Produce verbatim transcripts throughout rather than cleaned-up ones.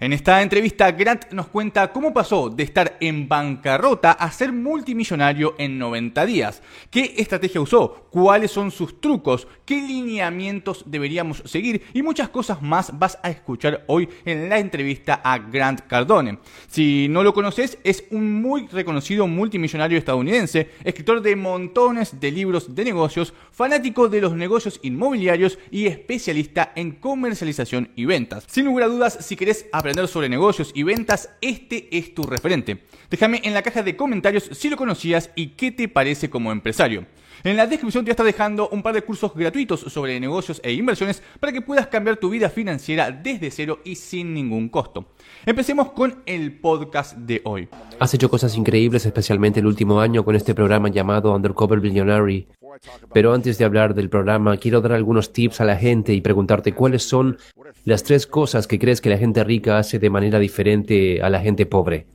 En esta entrevista, Grant nos cuenta cómo pasó de estar en bancarrota a ser multimillonario en noventa días, qué estrategia usó, cuáles son sus trucos, qué lineamientos deberíamos seguir y muchas cosas más vas a escuchar hoy en la entrevista a Grant Cardone. Si no lo conoces, es un muy reconocido multimillonario estadounidense, escritor de montones de libros de negocios, fanático de los negocios inmobiliarios y especialista en comercialización y ventas. Sin lugar a dudas, si querés aprender sobre negocios y ventas, este es tu referente. Déjame en la caja de comentarios si lo conocías y qué te parece como empresario. En la descripción te voy a estar dejando un par de cursos gratuitos sobre negocios e inversiones para que puedas cambiar tu vida financiera desde cero y sin ningún costo. Empecemos con el podcast de hoy. Has hecho cosas increíbles, especialmente el último año con este programa llamado Undercover Billionaire. Pero antes de hablar del programa, quiero dar algunos tips a la gente y preguntarte cuáles son las tres cosas que crees que la gente rica hace de manera diferente a la gente pobre.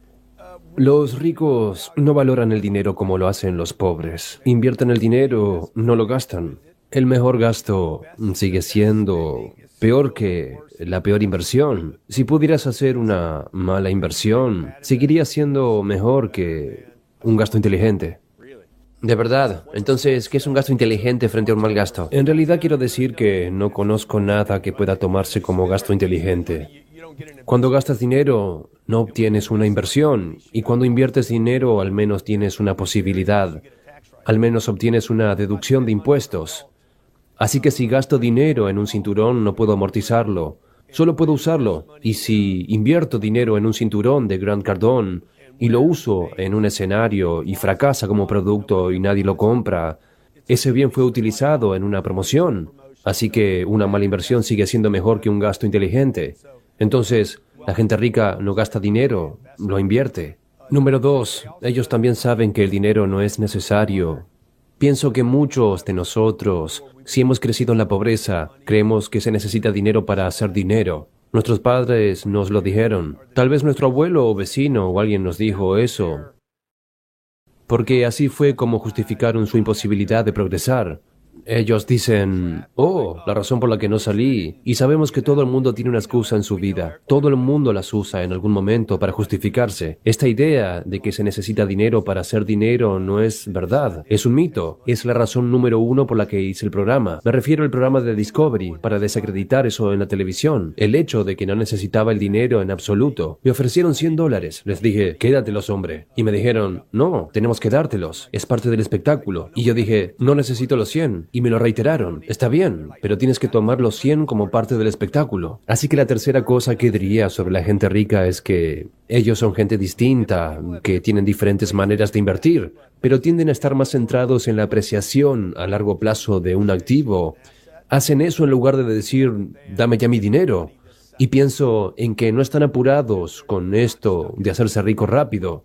Los ricos no valoran el dinero como lo hacen los pobres. Invierten el dinero, no lo gastan. El mejor gasto sigue siendo peor que la peor inversión. Si pudieras hacer una mala inversión, seguiría siendo mejor que un gasto inteligente. De verdad. Entonces, ¿qué es un gasto inteligente frente a un mal gasto? En realidad quiero decir que no conozco nada que pueda tomarse como gasto inteligente. Cuando gastas dinero, no obtienes una inversión. Y cuando inviertes dinero, al menos tienes una posibilidad. Al menos obtienes una deducción de impuestos. Así que si gasto dinero en un cinturón, no puedo amortizarlo. Solo puedo usarlo. Y si invierto dinero en un cinturón de Grant Cardone y lo uso en un escenario y fracasa como producto y nadie lo compra, ese bien fue utilizado en una promoción. Así que una mala inversión sigue siendo mejor que un gasto inteligente. Entonces, la gente rica no gasta dinero, lo invierte. Número dos, ellos también saben que el dinero no es necesario. Pienso que muchos de nosotros, si hemos crecido en la pobreza, creemos que se necesita dinero para hacer dinero. Nuestros padres nos lo dijeron. Tal vez nuestro abuelo o vecino o alguien nos dijo eso. Porque así fue como justificaron su imposibilidad de progresar. Ellos dicen, oh, la razón por la que no salí. Y sabemos que todo el mundo tiene una excusa en su vida. Todo el mundo las usa en algún momento para justificarse. Esta idea de que se necesita dinero para hacer dinero no es verdad. Es un mito. Es la razón número uno por la que hice el programa. Me refiero al programa de Discovery, para desacreditar eso en la televisión. El hecho de que no necesitaba el dinero en absoluto. Me ofrecieron cien dólares. Les dije, quédatelos, hombre. Y me dijeron, no, tenemos que dártelos. Es parte del espectáculo. Y yo dije, no necesito los cien. Y me lo reiteraron. Está bien, pero tienes que tomar los cien como parte del espectáculo. Así que la tercera cosa que diría sobre la gente rica es que ellos son gente distinta, que tienen diferentes maneras de invertir, pero tienden a estar más centrados en la apreciación a largo plazo de un activo. Hacen eso en lugar de decir, dame ya mi dinero. Y pienso en que no están apurados con esto de hacerse rico rápido.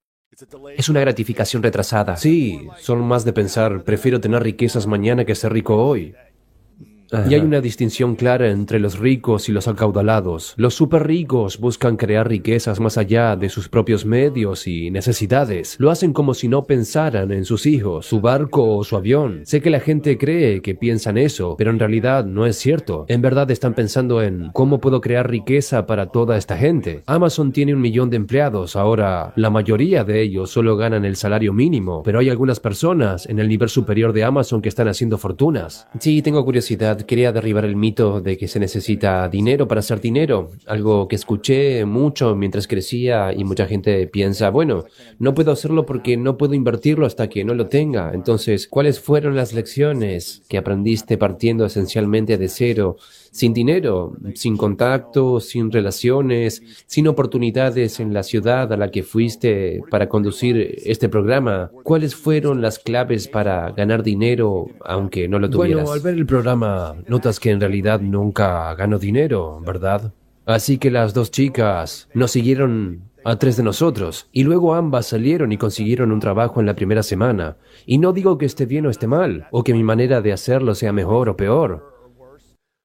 Es una gratificación retrasada. Sí, son más de pensar, prefiero tener riquezas mañana que ser rico hoy. Ajá. Y hay una distinción clara entre los ricos y los acaudalados. Los súper ricos buscan crear riquezas más allá de sus propios medios y necesidades. Lo hacen como si no pensaran en sus hijos, su barco o su avión. Sé que la gente cree que piensan eso, pero en realidad no es cierto. En verdad están pensando en cómo puedo crear riqueza para toda esta gente. Amazon tiene un millón de empleados. Ahora, la mayoría de ellos solo ganan el salario mínimo, pero hay algunas personas en el nivel superior de Amazon que están haciendo fortunas. Sí, tengo curiosidad. Quería derribar el mito de que se necesita dinero para hacer dinero, algo que escuché mucho mientras crecía y mucha gente piensa, bueno, no puedo hacerlo porque no puedo invertirlo hasta que no lo tenga. Entonces, ¿cuáles fueron las lecciones que aprendiste partiendo esencialmente de cero, sin dinero, sin contacto, sin relaciones, sin oportunidades en la ciudad a la que fuiste para conducir este programa? ¿Cuáles fueron las claves para ganar dinero aunque no lo tuvieras? Bueno, al ver el programa notas que en realidad nunca gano dinero, ¿verdad? Así que las dos chicas nos siguieron a tres de nosotros, y luego ambas salieron y consiguieron un trabajo en la primera semana. Y no digo que esté bien o esté mal, o que mi manera de hacerlo sea mejor o peor.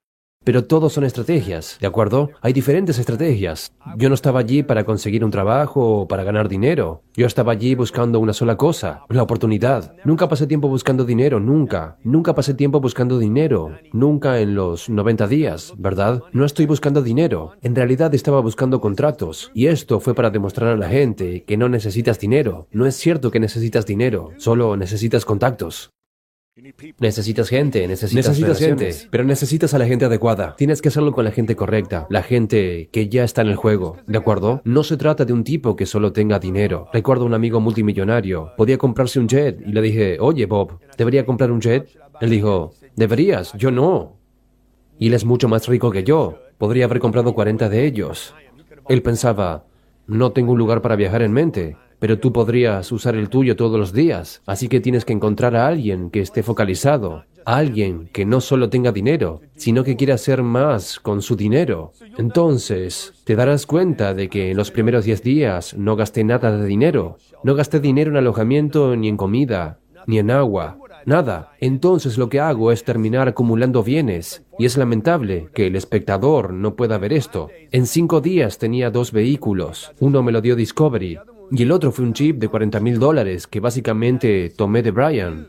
Pero todos son estrategias, ¿de acuerdo? Hay diferentes estrategias. Yo no estaba allí para conseguir un trabajo o para ganar dinero. Yo estaba allí buscando una sola cosa, la oportunidad. Nunca pasé tiempo buscando dinero, nunca. Nunca pasé tiempo buscando dinero. Nunca en los noventa días, ¿verdad? No estoy buscando dinero. En realidad estaba buscando contratos. Y esto fue para demostrar a la gente que no necesitas dinero. No es cierto que necesitas dinero, solo necesitas contactos. Necesitas gente, necesitas, necesitas gente, pero necesitas a la gente adecuada. Tienes que hacerlo con la gente correcta, la gente que ya está en el juego, ¿de acuerdo? No se trata de un tipo que solo tenga dinero. Recuerdo un amigo multimillonario, podía comprarse un jet y le dije, oye Bob, ¿debería comprar un jet? Él dijo, deberías, yo no. Y él es mucho más rico que yo, podría haber comprado cuarenta de ellos. Él pensaba, no tengo un lugar para viajar en mente. Pero tú podrías usar el tuyo todos los días, así que tienes que encontrar a alguien que esté focalizado, a alguien que no solo tenga dinero, sino que quiera hacer más con su dinero. Entonces, te darás cuenta de que en los primeros diez días no gasté nada de dinero. No gasté dinero en alojamiento, ni en comida, ni en agua, nada. Entonces lo que hago es terminar acumulando bienes, y es lamentable que el espectador no pueda ver esto. En cinco días tenía dos vehículos, uno me lo dio Discovery, y el otro fue un chip de cuarenta mil dólares que básicamente tomé de Brian.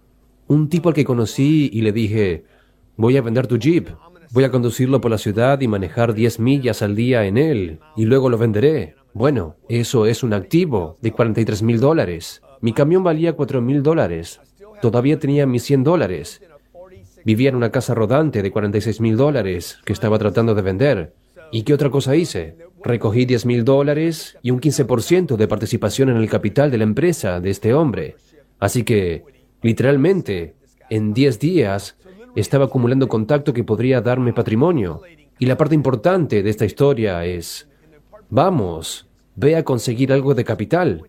Un tipo al que conocí y le dije, voy a vender tu Jeep, voy a conducirlo por la ciudad y manejar diez millas al día en él, y luego lo venderé. Bueno, eso es un activo de cuarenta y tres mil dólares. Mi camión valía cuatro mil dólares. Todavía tenía mis cien dólares. Vivía en una casa rodante de cuarenta y seis mil dólares que estaba tratando de vender. ¿Y qué otra cosa hice? Recogí diez mil dólares y un quince por ciento de participación en el capital de la empresa de este hombre. Así que, literalmente, en diez días, estaba acumulando contacto que podría darme patrimonio. Y la parte importante de esta historia es, vamos, ve a conseguir algo de capital.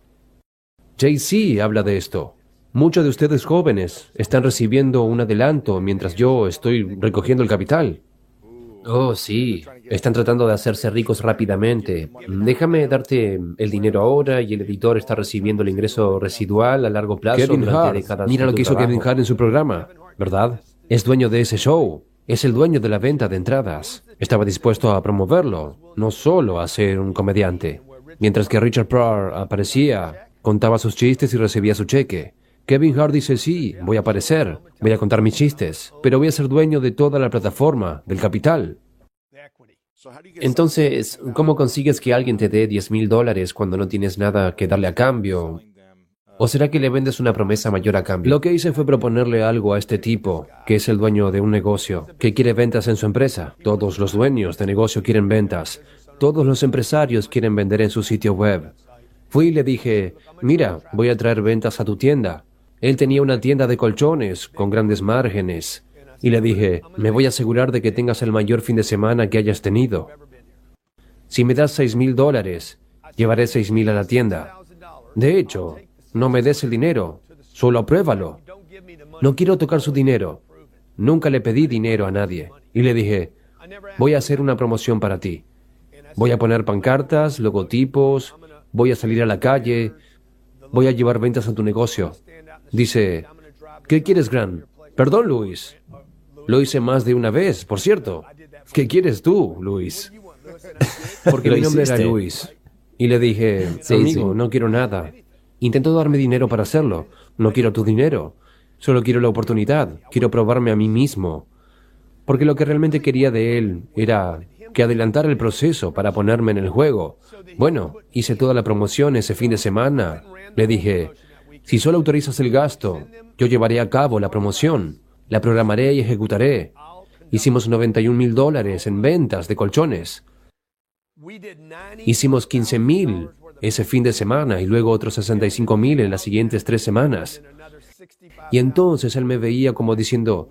Jay-Z habla de esto. Muchos de ustedes jóvenes están recibiendo un adelanto mientras yo estoy recogiendo el capital. Oh, sí. Están tratando de hacerse ricos rápidamente. Déjame darte el dinero ahora y el editor está recibiendo el ingreso residual a largo plazo. Kevin Hart. Mira lo que hizo Kevin Hart en su programa, ¿verdad? Es dueño de ese show. Es el dueño de la venta de entradas. Estaba dispuesto a promoverlo, no solo a ser un comediante. Mientras que Richard Pryor aparecía, contaba sus chistes y recibía su cheque. Kevin Hart dice, sí, voy a aparecer, voy a contar mis chistes, pero voy a ser dueño de toda la plataforma, del capital. Entonces, ¿cómo consigues que alguien te dé diez mil dólares cuando no tienes nada que darle a cambio? ¿O será que le vendes una promesa mayor a cambio? Lo que hice fue proponerle algo a este tipo, que es el dueño de un negocio, que quiere ventas en su empresa. Todos los dueños de negocio quieren ventas. Todos los empresarios quieren vender en su sitio web. Fui y le dije, mira, voy a traer ventas a tu tienda. Él tenía una tienda de colchones con grandes márgenes. Y le dije, me voy a asegurar de que tengas el mayor fin de semana que hayas tenido. Si me das seis mil dólares, llevaré seis mil a la tienda. De hecho, no me des el dinero, solo apruébalo. No quiero tocar su dinero. Nunca le pedí dinero a nadie. Y le dije, voy a hacer una promoción para ti. Voy a poner pancartas, logotipos, voy a salir a la calle, voy a llevar ventas a tu negocio. Dice, ¿qué quieres, Grant? Perdón, Luis. Lo hice más de una vez, por cierto. ¿Qué quieres tú, Luis? Porque mi nombre era Luis. Y le dije, sí, amigo, sí. No quiero nada. Intentó darme dinero para hacerlo. No quiero tu dinero. Solo quiero la oportunidad. Quiero probarme a mí mismo. Porque lo que realmente quería de él era que adelantara el proceso para ponerme en el juego. Bueno, hice toda la promoción ese fin de semana. Le dije, si solo autorizas el gasto, yo llevaré a cabo la promoción, la programaré y ejecutaré. Hicimos noventa y un mil dólares en ventas de colchones. Hicimos quince mil ese fin de semana y luego otros sesenta y cinco mil en las siguientes tres semanas. Y entonces él me veía como diciendo,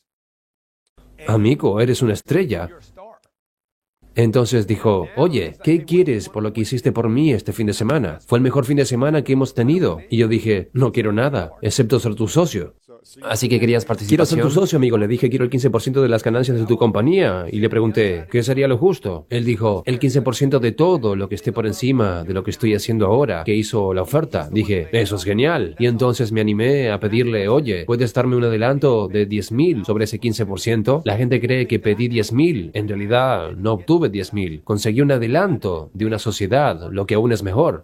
amigo, eres una estrella. Entonces dijo, oye, ¿qué quieres por lo que hiciste por mí este fin de semana? Fue el mejor fin de semana que hemos tenido. Y yo dije, no quiero nada, excepto ser tu socio. Así que querías participación. Quiero ser tu socio, amigo. Le dije, quiero el quince por ciento de las ganancias de tu compañía. Y le pregunté, ¿qué sería lo justo? Él dijo, el quince por ciento de todo lo que esté por encima de lo que estoy haciendo ahora, que hizo la oferta. Dije, eso es genial. Y entonces me animé a pedirle, oye, ¿puedes darme un adelanto de diez mil sobre ese quince por ciento? La gente cree que pedí diez mil. En realidad, no obtuve diez mil. Conseguí un adelanto de una sociedad, lo que aún es mejor.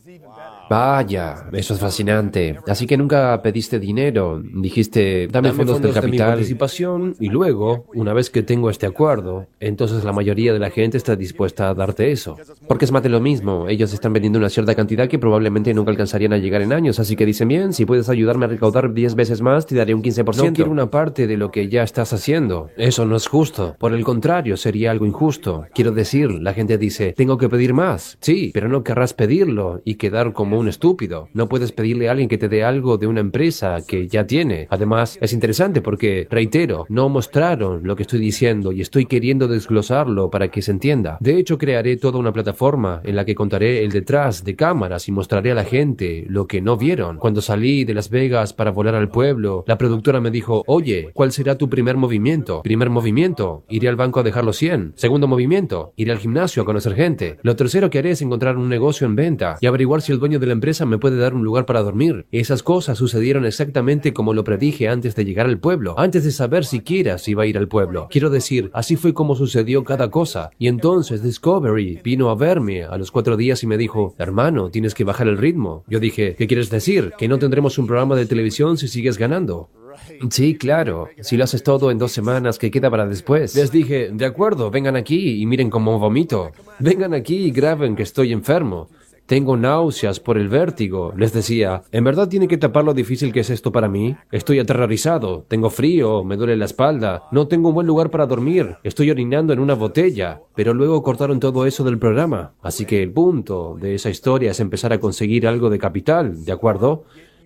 Vaya, eso es fascinante. Así que nunca pediste dinero. Dijiste, dame, dame fondos, fondos del capital. De mi participación y luego, una vez que tengo este acuerdo, entonces la mayoría de la gente está dispuesta a darte eso. Porque es más de lo mismo. Ellos están vendiendo una cierta cantidad que probablemente nunca alcanzarían a llegar en años. Así que dicen, bien, si puedes ayudarme a recaudar diez veces más, te daré un quince por ciento. No quiero una parte de lo que ya estás haciendo. Eso no es justo. Por el contrario, sería algo injusto. Quiero decir, la gente dice, tengo que pedir más. Sí, pero no querrás pedirlo y quedar como un estúpido. No puedes pedirle a alguien que te dé algo de una empresa que ya tiene. Además, es interesante porque, reitero, no mostraron lo que estoy diciendo y estoy queriendo desglosarlo para que se entienda. De hecho, crearé toda una plataforma en la que contaré el detrás de cámaras y mostraré a la gente lo que no vieron. Cuando salí de Las Vegas para volar al pueblo, la productora me dijo, oye, ¿cuál será tu primer movimiento? Primer movimiento, iré al banco a dejar los cien. Segundo movimiento, iré al gimnasio a conocer gente. Lo tercero que haré es encontrar un negocio en venta y averiguar si el dueño de la empresa me puede dar un lugar para dormir. Esas cosas sucedieron exactamente como lo predije antes de llegar al pueblo, antes de saber siquiera si iba a ir al pueblo. Quiero decir, así fue como sucedió cada cosa. Y entonces Discovery vino a verme a los cuatro días y me dijo, hermano, tienes que bajar el ritmo. Yo dije, ¿qué quieres decir? ¿Que no tendremos un programa de televisión si sigues ganando? Sí, claro. Si lo haces todo en dos semanas, ¿qué queda para después? Les dije, de acuerdo, vengan aquí y miren cómo vomito. Vengan aquí y graben que estoy enfermo. Tengo náuseas por el vértigo. Les decía, ¿en verdad tiene que tapar lo difícil que es esto para mí? Estoy aterrorizado, tengo frío, me duele la espalda, no tengo un buen lugar para dormir, estoy orinando en una botella. Pero luego cortaron todo eso del programa. Así que el punto de esa historia es empezar a conseguir algo de capital, ¿de acuerdo?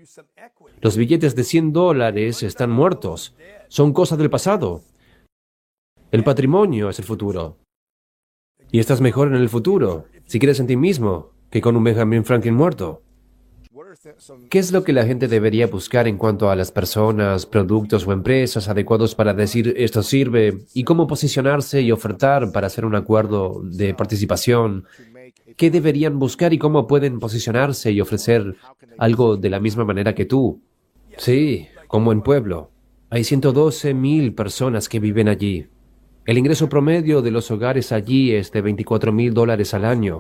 Los billetes de cien dólares están muertos. Son cosas del pasado. El patrimonio es el futuro. Y estás mejor en el futuro, si crees en ti mismo, que con un Benjamin Franklin muerto. ¿Qué es lo que la gente debería buscar en cuanto a las personas, productos o empresas adecuados para decir esto sirve? ¿Y cómo posicionarse y ofertar para hacer un acuerdo de participación? ¿Qué deberían buscar y cómo pueden posicionarse y ofrecer algo de la misma manera que tú? Sí, como en Pueblo. Hay ciento doce mil personas que viven allí. El ingreso promedio de los hogares allí es de veinticuatro mil dólares al año.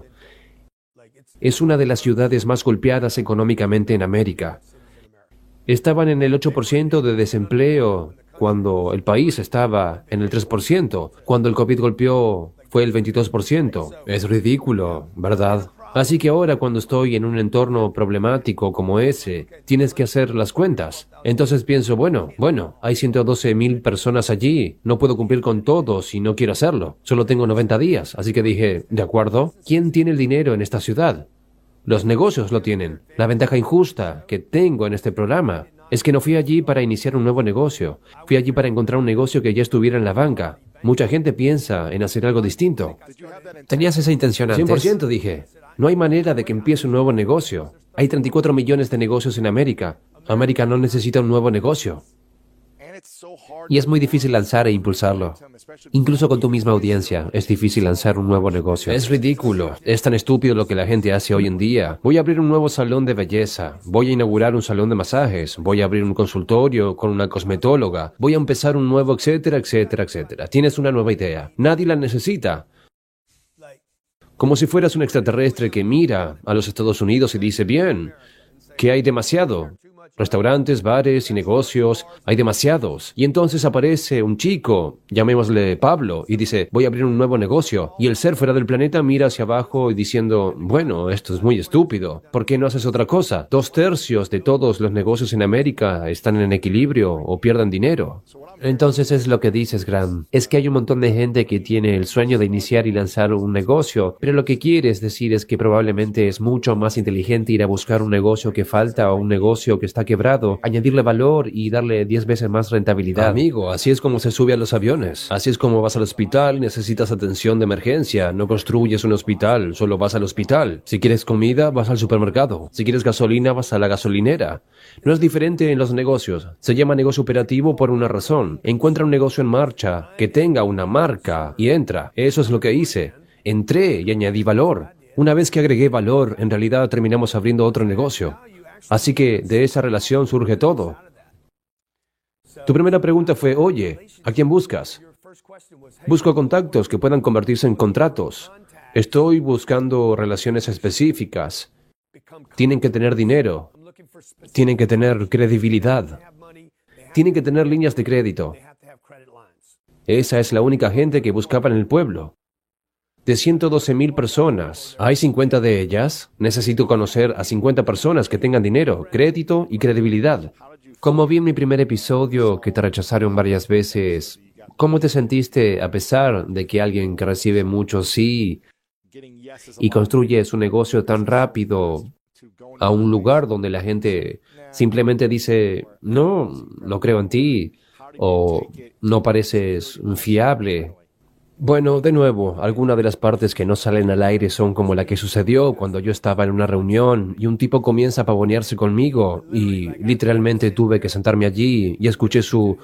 Es una de las ciudades más golpeadas económicamente en América. Estaban en el ocho por ciento de desempleo cuando el país estaba en el tres por ciento. Cuando el COVID golpeó, fue el veintidós por ciento. Es ridículo, ¿verdad? Así que ahora cuando estoy en un entorno problemático como ese, tienes que hacer las cuentas. Entonces pienso, bueno, bueno, hay ciento doce mil personas allí, no puedo cumplir con todos y no quiero hacerlo. Solo tengo noventa días, así que dije, ¿de acuerdo? ¿Quién tiene el dinero en esta ciudad? Los negocios lo tienen. La ventaja injusta que tengo en este programa es que no fui allí para iniciar un nuevo negocio. Fui allí para encontrar un negocio que ya estuviera en la banca. Mucha gente piensa en hacer algo distinto. ¿Tenías esa intención antes? cien por ciento dije. No hay manera de que empiece un nuevo negocio. Hay treinta y cuatro millones de negocios en América. América no necesita un nuevo negocio. Y es muy difícil lanzar e impulsarlo. Incluso con tu misma audiencia, es difícil lanzar un nuevo negocio. Es ridículo. Es tan estúpido lo que la gente hace hoy en día. Voy a abrir un nuevo salón de belleza. Voy a inaugurar un salón de masajes. Voy a abrir un consultorio con una cosmetóloga. Voy a empezar un nuevo, etcétera, etcétera, etcétera. Tienes una nueva idea. Nadie la necesita. Como si fueras un extraterrestre que mira a los Estados Unidos y dice, bien, que hay demasiado. Restaurantes, bares y negocios, hay demasiados. Y entonces aparece un chico, llamémosle Pablo, y dice, voy a abrir un nuevo negocio. Y el ser fuera del planeta mira hacia abajo y diciendo, bueno, esto es muy estúpido. ¿Por qué no haces otra cosa? Dos tercios de todos los negocios en América están en equilibrio o pierden dinero. Entonces es lo que dices, Graham. Es que hay un montón de gente que tiene el sueño de iniciar y lanzar un negocio, pero lo que quieres decir es que probablemente es mucho más inteligente ir a buscar un negocio que falta o un negocio que está está quebrado, añadirle valor y darle diez veces más rentabilidad. Amigo, así es como se sube a los aviones. Así es como vas al hospital, necesitas atención de emergencia. No construyes un hospital, solo vas al hospital. Si quieres comida, vas al supermercado. Si quieres gasolina, vas a la gasolinera. No es diferente en los negocios. Se llama negocio operativo por una razón. Encuentra un negocio en marcha, que tenga una marca, y entra. Eso es lo que hice. Entré y añadí valor. Una vez que agregué valor, en realidad terminamos abriendo otro negocio. Así que de esa relación surge todo. Tu primera pregunta fue, oye, ¿a quién buscas? Busco contactos que puedan convertirse en contratos. Estoy buscando relaciones específicas. Tienen que tener dinero. Tienen que tener credibilidad. Tienen que tener líneas de crédito. Esa es la única gente que buscaba en el pueblo. De ciento doce mil personas, ¿hay cincuenta de ellas? Necesito conocer a cincuenta personas que tengan dinero, crédito y credibilidad. Como vi en mi primer episodio que te rechazaron varias veces, ¿cómo te sentiste a pesar de que alguien que recibe mucho sí y construye su negocio tan rápido a un lugar donde la gente simplemente dice, no, no creo en ti o no pareces fiable? Bueno, de nuevo, algunas de las partes que no salen al aire son como la que sucedió cuando yo estaba en una reunión y un tipo comienza a pavonearse conmigo y literalmente tuve que sentarme allí y escuché su...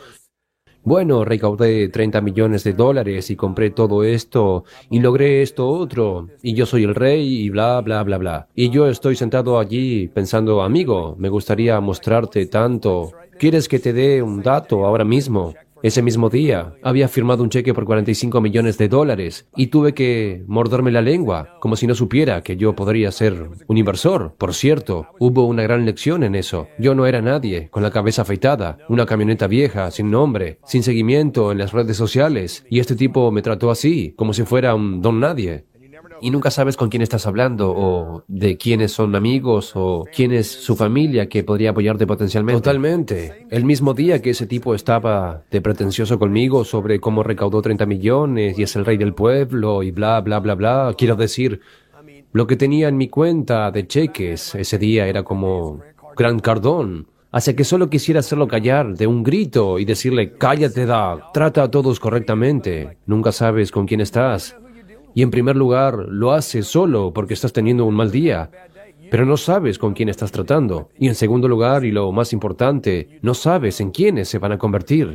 Bueno, recaudé treinta millones de dólares y compré todo esto y logré esto otro y yo soy el rey y bla, bla, bla, bla. Y yo estoy sentado allí pensando, amigo, me gustaría mostrarte tanto. ¿Quieres que te dé un dato ahora mismo? Ese mismo día, había firmado un cheque por cuarenta y cinco millones de dólares y tuve que morderme la lengua, como si no supiera que yo podría ser un inversor. Por cierto, hubo una gran lección en eso. Yo no era nadie, con la cabeza afeitada, una camioneta vieja, sin nombre, sin seguimiento en las redes sociales, y este tipo me trató así, como si fuera un don nadie. Y nunca sabes con quién estás hablando, o de quiénes son amigos, o quién es su familia que podría apoyarte potencialmente. Totalmente. El mismo día que ese tipo estaba de pretencioso conmigo sobre cómo recaudó treinta millones y es el rey del pueblo y bla, bla, bla, bla, quiero decir, lo que tenía en mi cuenta de cheques ese día era como Grant Cardone. Hace que solo quisiera hacerlo callar de un grito y decirle, cállate, da, trata a todos correctamente, nunca sabes con quién estás. Y en primer lugar, lo haces solo porque estás teniendo un mal día, pero no sabes con quién estás tratando. Y en segundo lugar, y lo más importante, no sabes en quiénes se van a convertir.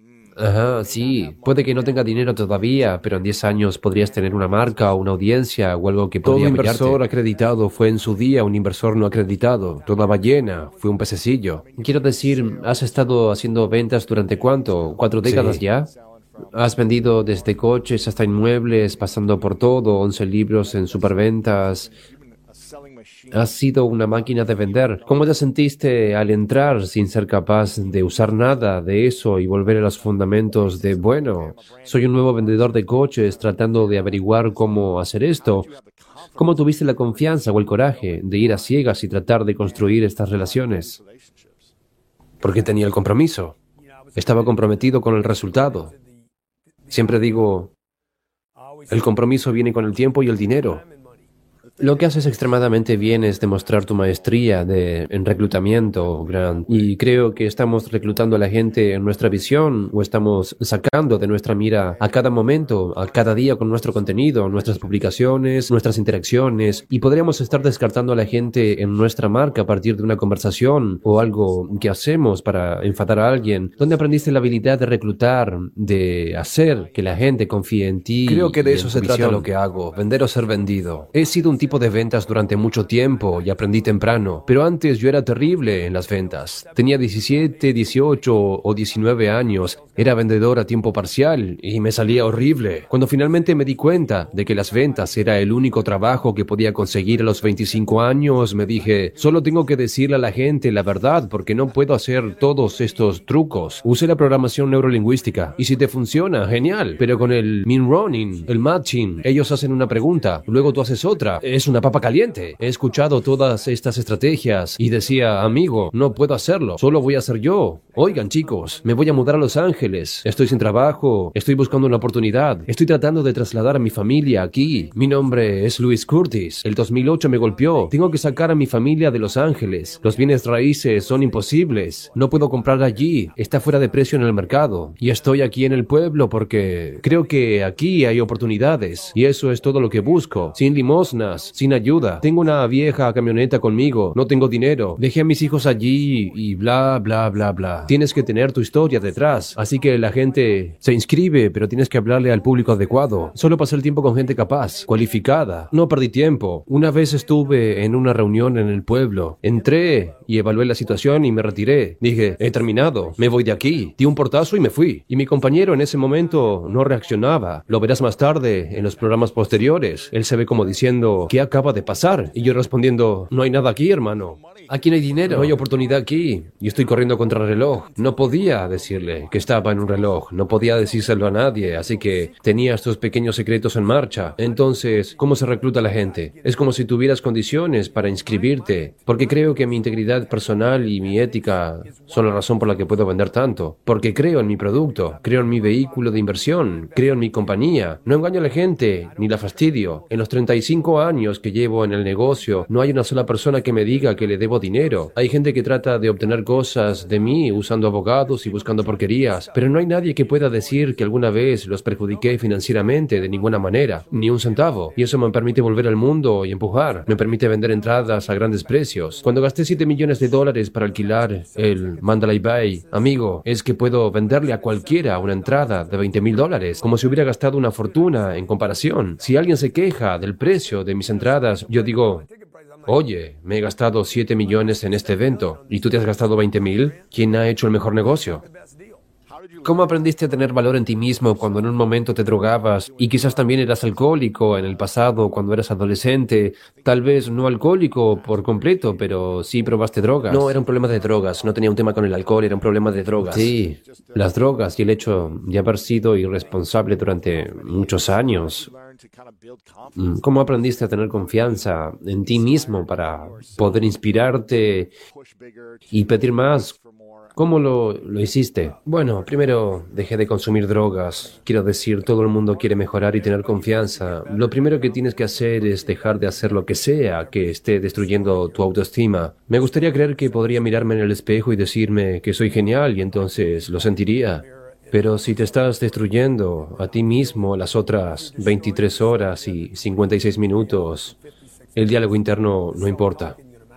Ajá, sí. Puede que no tenga dinero todavía, pero en diez años podrías tener una marca o una audiencia o algo que podría Todo inversor apoyarte. acreditado fue en su día un inversor no acreditado. Toda ballena fue un pececillo. Quiero decir, ¿has estado haciendo ventas durante cuánto? ¿Cuatro décadas Sí. ya? Has vendido desde coches hasta inmuebles, pasando por todo, once libros en superventas. Has sido una máquina de vender. ¿Cómo te sentiste al entrar sin ser capaz de usar nada de eso y volver a los fundamentos de, bueno, soy un nuevo vendedor de coches tratando de averiguar cómo hacer esto? ¿Cómo tuviste la confianza o el coraje de ir a ciegas y tratar de construir estas relaciones? Porque tenía el compromiso. Estaba comprometido con el resultado. Siempre digo, el compromiso viene con el tiempo y el dinero. Lo que haces extremadamente bien es demostrar tu maestría de, en reclutamiento, Grant. Y creo que estamos reclutando a la gente en nuestra visión o estamos sacando de nuestra mira a cada momento, a cada día con nuestro contenido, nuestras publicaciones, nuestras interacciones. Y podríamos estar descartando a la gente en nuestra marca a partir de una conversación o algo que hacemos para enfadar a alguien. ¿Dónde aprendiste la habilidad de reclutar, de hacer que la gente confíe en ti? Creo que de y eso en se tu trata visión? lo que hago, vender o ser vendido. He sido un tipo de ventas durante mucho tiempo y aprendí temprano, pero antes yo era terrible en las ventas. Tenía diecisiete, dieciocho o diecinueve años, era vendedor a tiempo parcial y me salía horrible. Cuando finalmente me di cuenta de que las ventas era el único trabajo que podía conseguir a los veinticinco años, me dije, solo tengo que decirle a la gente la verdad porque no puedo hacer todos estos trucos. Usé la programación neurolingüística y si te funciona, genial, pero con el min running, el matching, ellos hacen una pregunta, luego tú haces otra. es una papa caliente. He escuchado todas estas estrategias y decía, amigo, no puedo hacerlo, solo voy a ser yo. Oigan, chicos, me voy a mudar a Los Ángeles, estoy sin trabajo, estoy buscando una oportunidad, estoy tratando de trasladar a mi familia aquí. Mi nombre es Luis Curtis, el dos mil ocho me golpeó, tengo que sacar a mi familia de Los Ángeles, los bienes raíces son imposibles, no puedo comprar allí, está fuera de precio en el mercado, y estoy aquí en el pueblo porque creo que aquí hay oportunidades, y eso es todo lo que busco, sin limosnas, sin ayuda. Tengo una vieja camioneta conmigo, no tengo dinero, dejé a mis hijos allí y bla, bla, bla, bla. Tienes que tener tu historia detrás, así que la gente se inscribe, pero tienes que hablarle al público adecuado. Solo pasé el tiempo con gente capaz, cualificada. No perdí tiempo. Una vez estuve en una reunión en el pueblo. Entré y evalué la situación y me retiré. Dije, he terminado, me voy de aquí. Di un portazo y me fui. Y mi compañero en ese momento no reaccionaba. Lo verás más tarde en los programas posteriores. Él se ve como diciendo, ¿qué acaba de pasar? Y yo respondiendo, no hay nada aquí, hermano. Aquí no hay dinero. No hay oportunidad aquí. Y estoy corriendo contra el reloj. No podía decirle que estaba en un reloj. No podía decírselo a nadie. Así que tenía estos pequeños secretos en marcha. Entonces, ¿cómo se recluta a la gente? Es como si tuvieras condiciones para inscribirte. Porque creo que mi integridad personal y mi ética son la razón por la que puedo vender tanto. Porque creo en mi producto. Creo en mi vehículo de inversión. Creo en mi compañía. No engaño a la gente, ni la fastidio. En los treinta y cinco años que llevo en el negocio, no hay una sola persona que me diga que le debo dinero. Hay gente que trata de obtener cosas de mí usando abogados y buscando porquerías, pero no hay nadie que pueda decir que alguna vez los perjudiqué financieramente de ninguna manera, ni un centavo. Y eso me permite volver al mundo y empujar. Me permite vender entradas a grandes precios. Cuando gasté siete millones de dólares para alquilar el Mandalay Bay, amigo, es que puedo venderle a cualquiera una entrada de veinte mil dólares, como si hubiera gastado una fortuna en comparación. Si alguien se queja del precio de mis entradas, yo digo, oye, me he gastado siete millones en este evento, ¿y tú te has gastado veinte mil? ¿Quién ha hecho el mejor negocio? ¿Cómo aprendiste a tener valor en ti mismo cuando en un momento te drogabas y quizás también eras alcohólico en el pasado cuando eras adolescente? Tal vez no alcohólico por completo, pero sí probaste drogas. No, era un problema de drogas. No tenía un tema con el alcohol, era un problema de drogas. Sí, las drogas y el hecho de haber sido irresponsable durante muchos años. ¿Cómo aprendiste a tener confianza en ti mismo para poder inspirarte y pedir más? ¿Cómo lo, lo hiciste? Bueno, primero dejé de consumir drogas. Quiero decir, todo el mundo quiere mejorar y tener confianza. Lo primero que tienes que hacer es dejar de hacer lo que sea que esté destruyendo tu autoestima. Me gustaría creer que podría mirarme en el espejo y decirme que soy genial y entonces lo sentiría. Pero si te estás destruyendo a ti mismo las otras veintitrés horas y cincuenta y seis minutos, el diálogo interno no importa.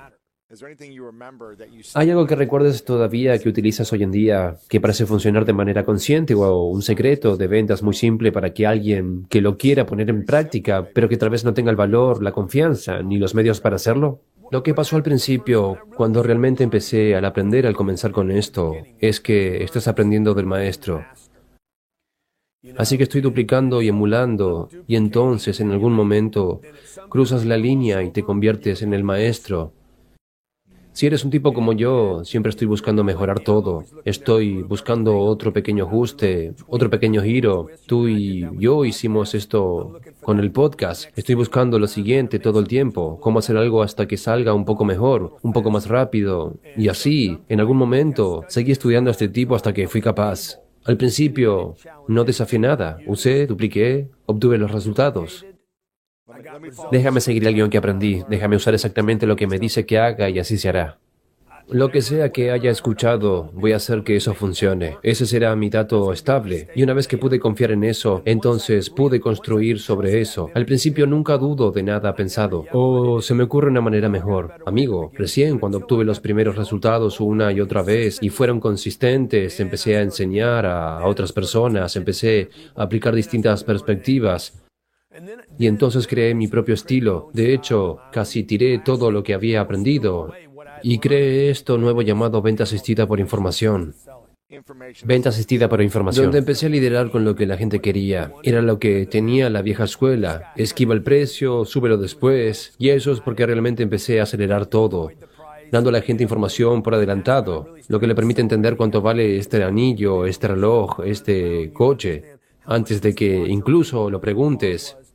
¿Hay algo que recuerdes todavía que utilizas hoy en día que parece funcionar de manera consciente o un secreto de ventas muy simple para que alguien que lo quiera poner en práctica, pero que tal vez no tenga el valor, la confianza ni los medios para hacerlo? Lo que pasó al principio, cuando realmente empecé al aprender al comenzar con esto, es que estás aprendiendo del maestro. Así que estoy duplicando y emulando, y entonces en algún momento cruzas la línea y te conviertes en el maestro. Si eres un tipo como yo, siempre estoy buscando mejorar todo. Estoy buscando otro pequeño ajuste, otro pequeño giro. Tú y yo hicimos esto con el podcast. Estoy buscando lo siguiente todo el tiempo. Cómo hacer algo hasta que salga un poco mejor, un poco más rápido. Y así, en algún momento, seguí estudiando a este tipo hasta que fui capaz. Al principio, no desafié nada. Usé, dupliqué, obtuve los resultados. Déjame seguir el guión que aprendí, déjame usar exactamente lo que me dice que haga y así se hará. Lo que sea que haya escuchado, voy a hacer que eso funcione. Ese será mi dato estable. Y una vez que pude confiar en eso, entonces pude construir sobre eso. Al principio nunca dudo de nada pensado. O se me ocurre una manera mejor. Amigo, recién cuando obtuve los primeros resultados una y otra vez y fueron consistentes, empecé a enseñar a otras personas, empecé a aplicar distintas perspectivas. Y entonces creé mi propio estilo. De hecho, casi tiré todo lo que había aprendido y creé esto nuevo llamado venta asistida por información. Venta asistida por información. Donde empecé a liderar con lo que la gente quería. Era lo que tenía la vieja escuela. Esquiva el precio, súbelo después. Y eso es porque realmente empecé a acelerar todo, dando a la gente información por adelantado, lo que le permite entender cuánto vale este anillo, este reloj, este coche, antes de que incluso lo preguntes.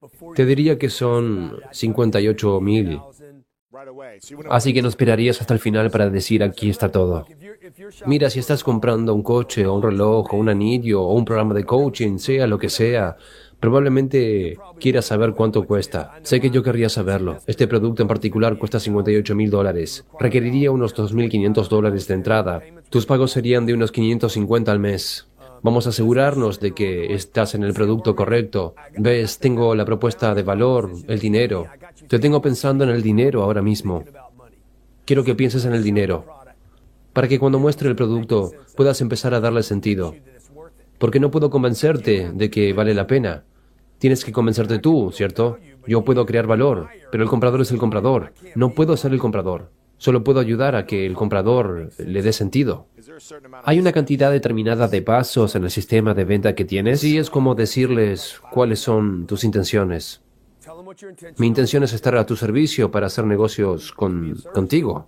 Te diría que son cincuenta y ocho mil. Así que no esperarías hasta el final para decir aquí está todo. Mira, si estás comprando un coche o un reloj o un anillo o un programa de coaching, sea lo que sea, probablemente quieras saber cuánto cuesta. Sé que yo querría saberlo. Este producto en particular cuesta cincuenta y ocho mil dólares. Requeriría unos dos mil quinientos dólares de entrada. Tus pagos serían de unos quinientos cincuenta al mes. Vamos a asegurarnos de que estás en el producto correcto. Ves, tengo la propuesta de valor, el dinero. Te tengo pensando en el dinero ahora mismo. Quiero que pienses en el dinero, para que cuando muestre el producto puedas empezar a darle sentido. Porque no puedo convencerte de que vale la pena. Tienes que convencerte tú, ¿cierto? Yo puedo crear valor, pero el comprador es el comprador. No puedo ser el comprador. Solo puedo ayudar a que el comprador le dé sentido. ¿Hay una cantidad determinada de pasos en el sistema de venta que tienes? Sí, es como decirles cuáles son tus intenciones. Mi intención es estar a tu servicio para hacer negocios con, contigo.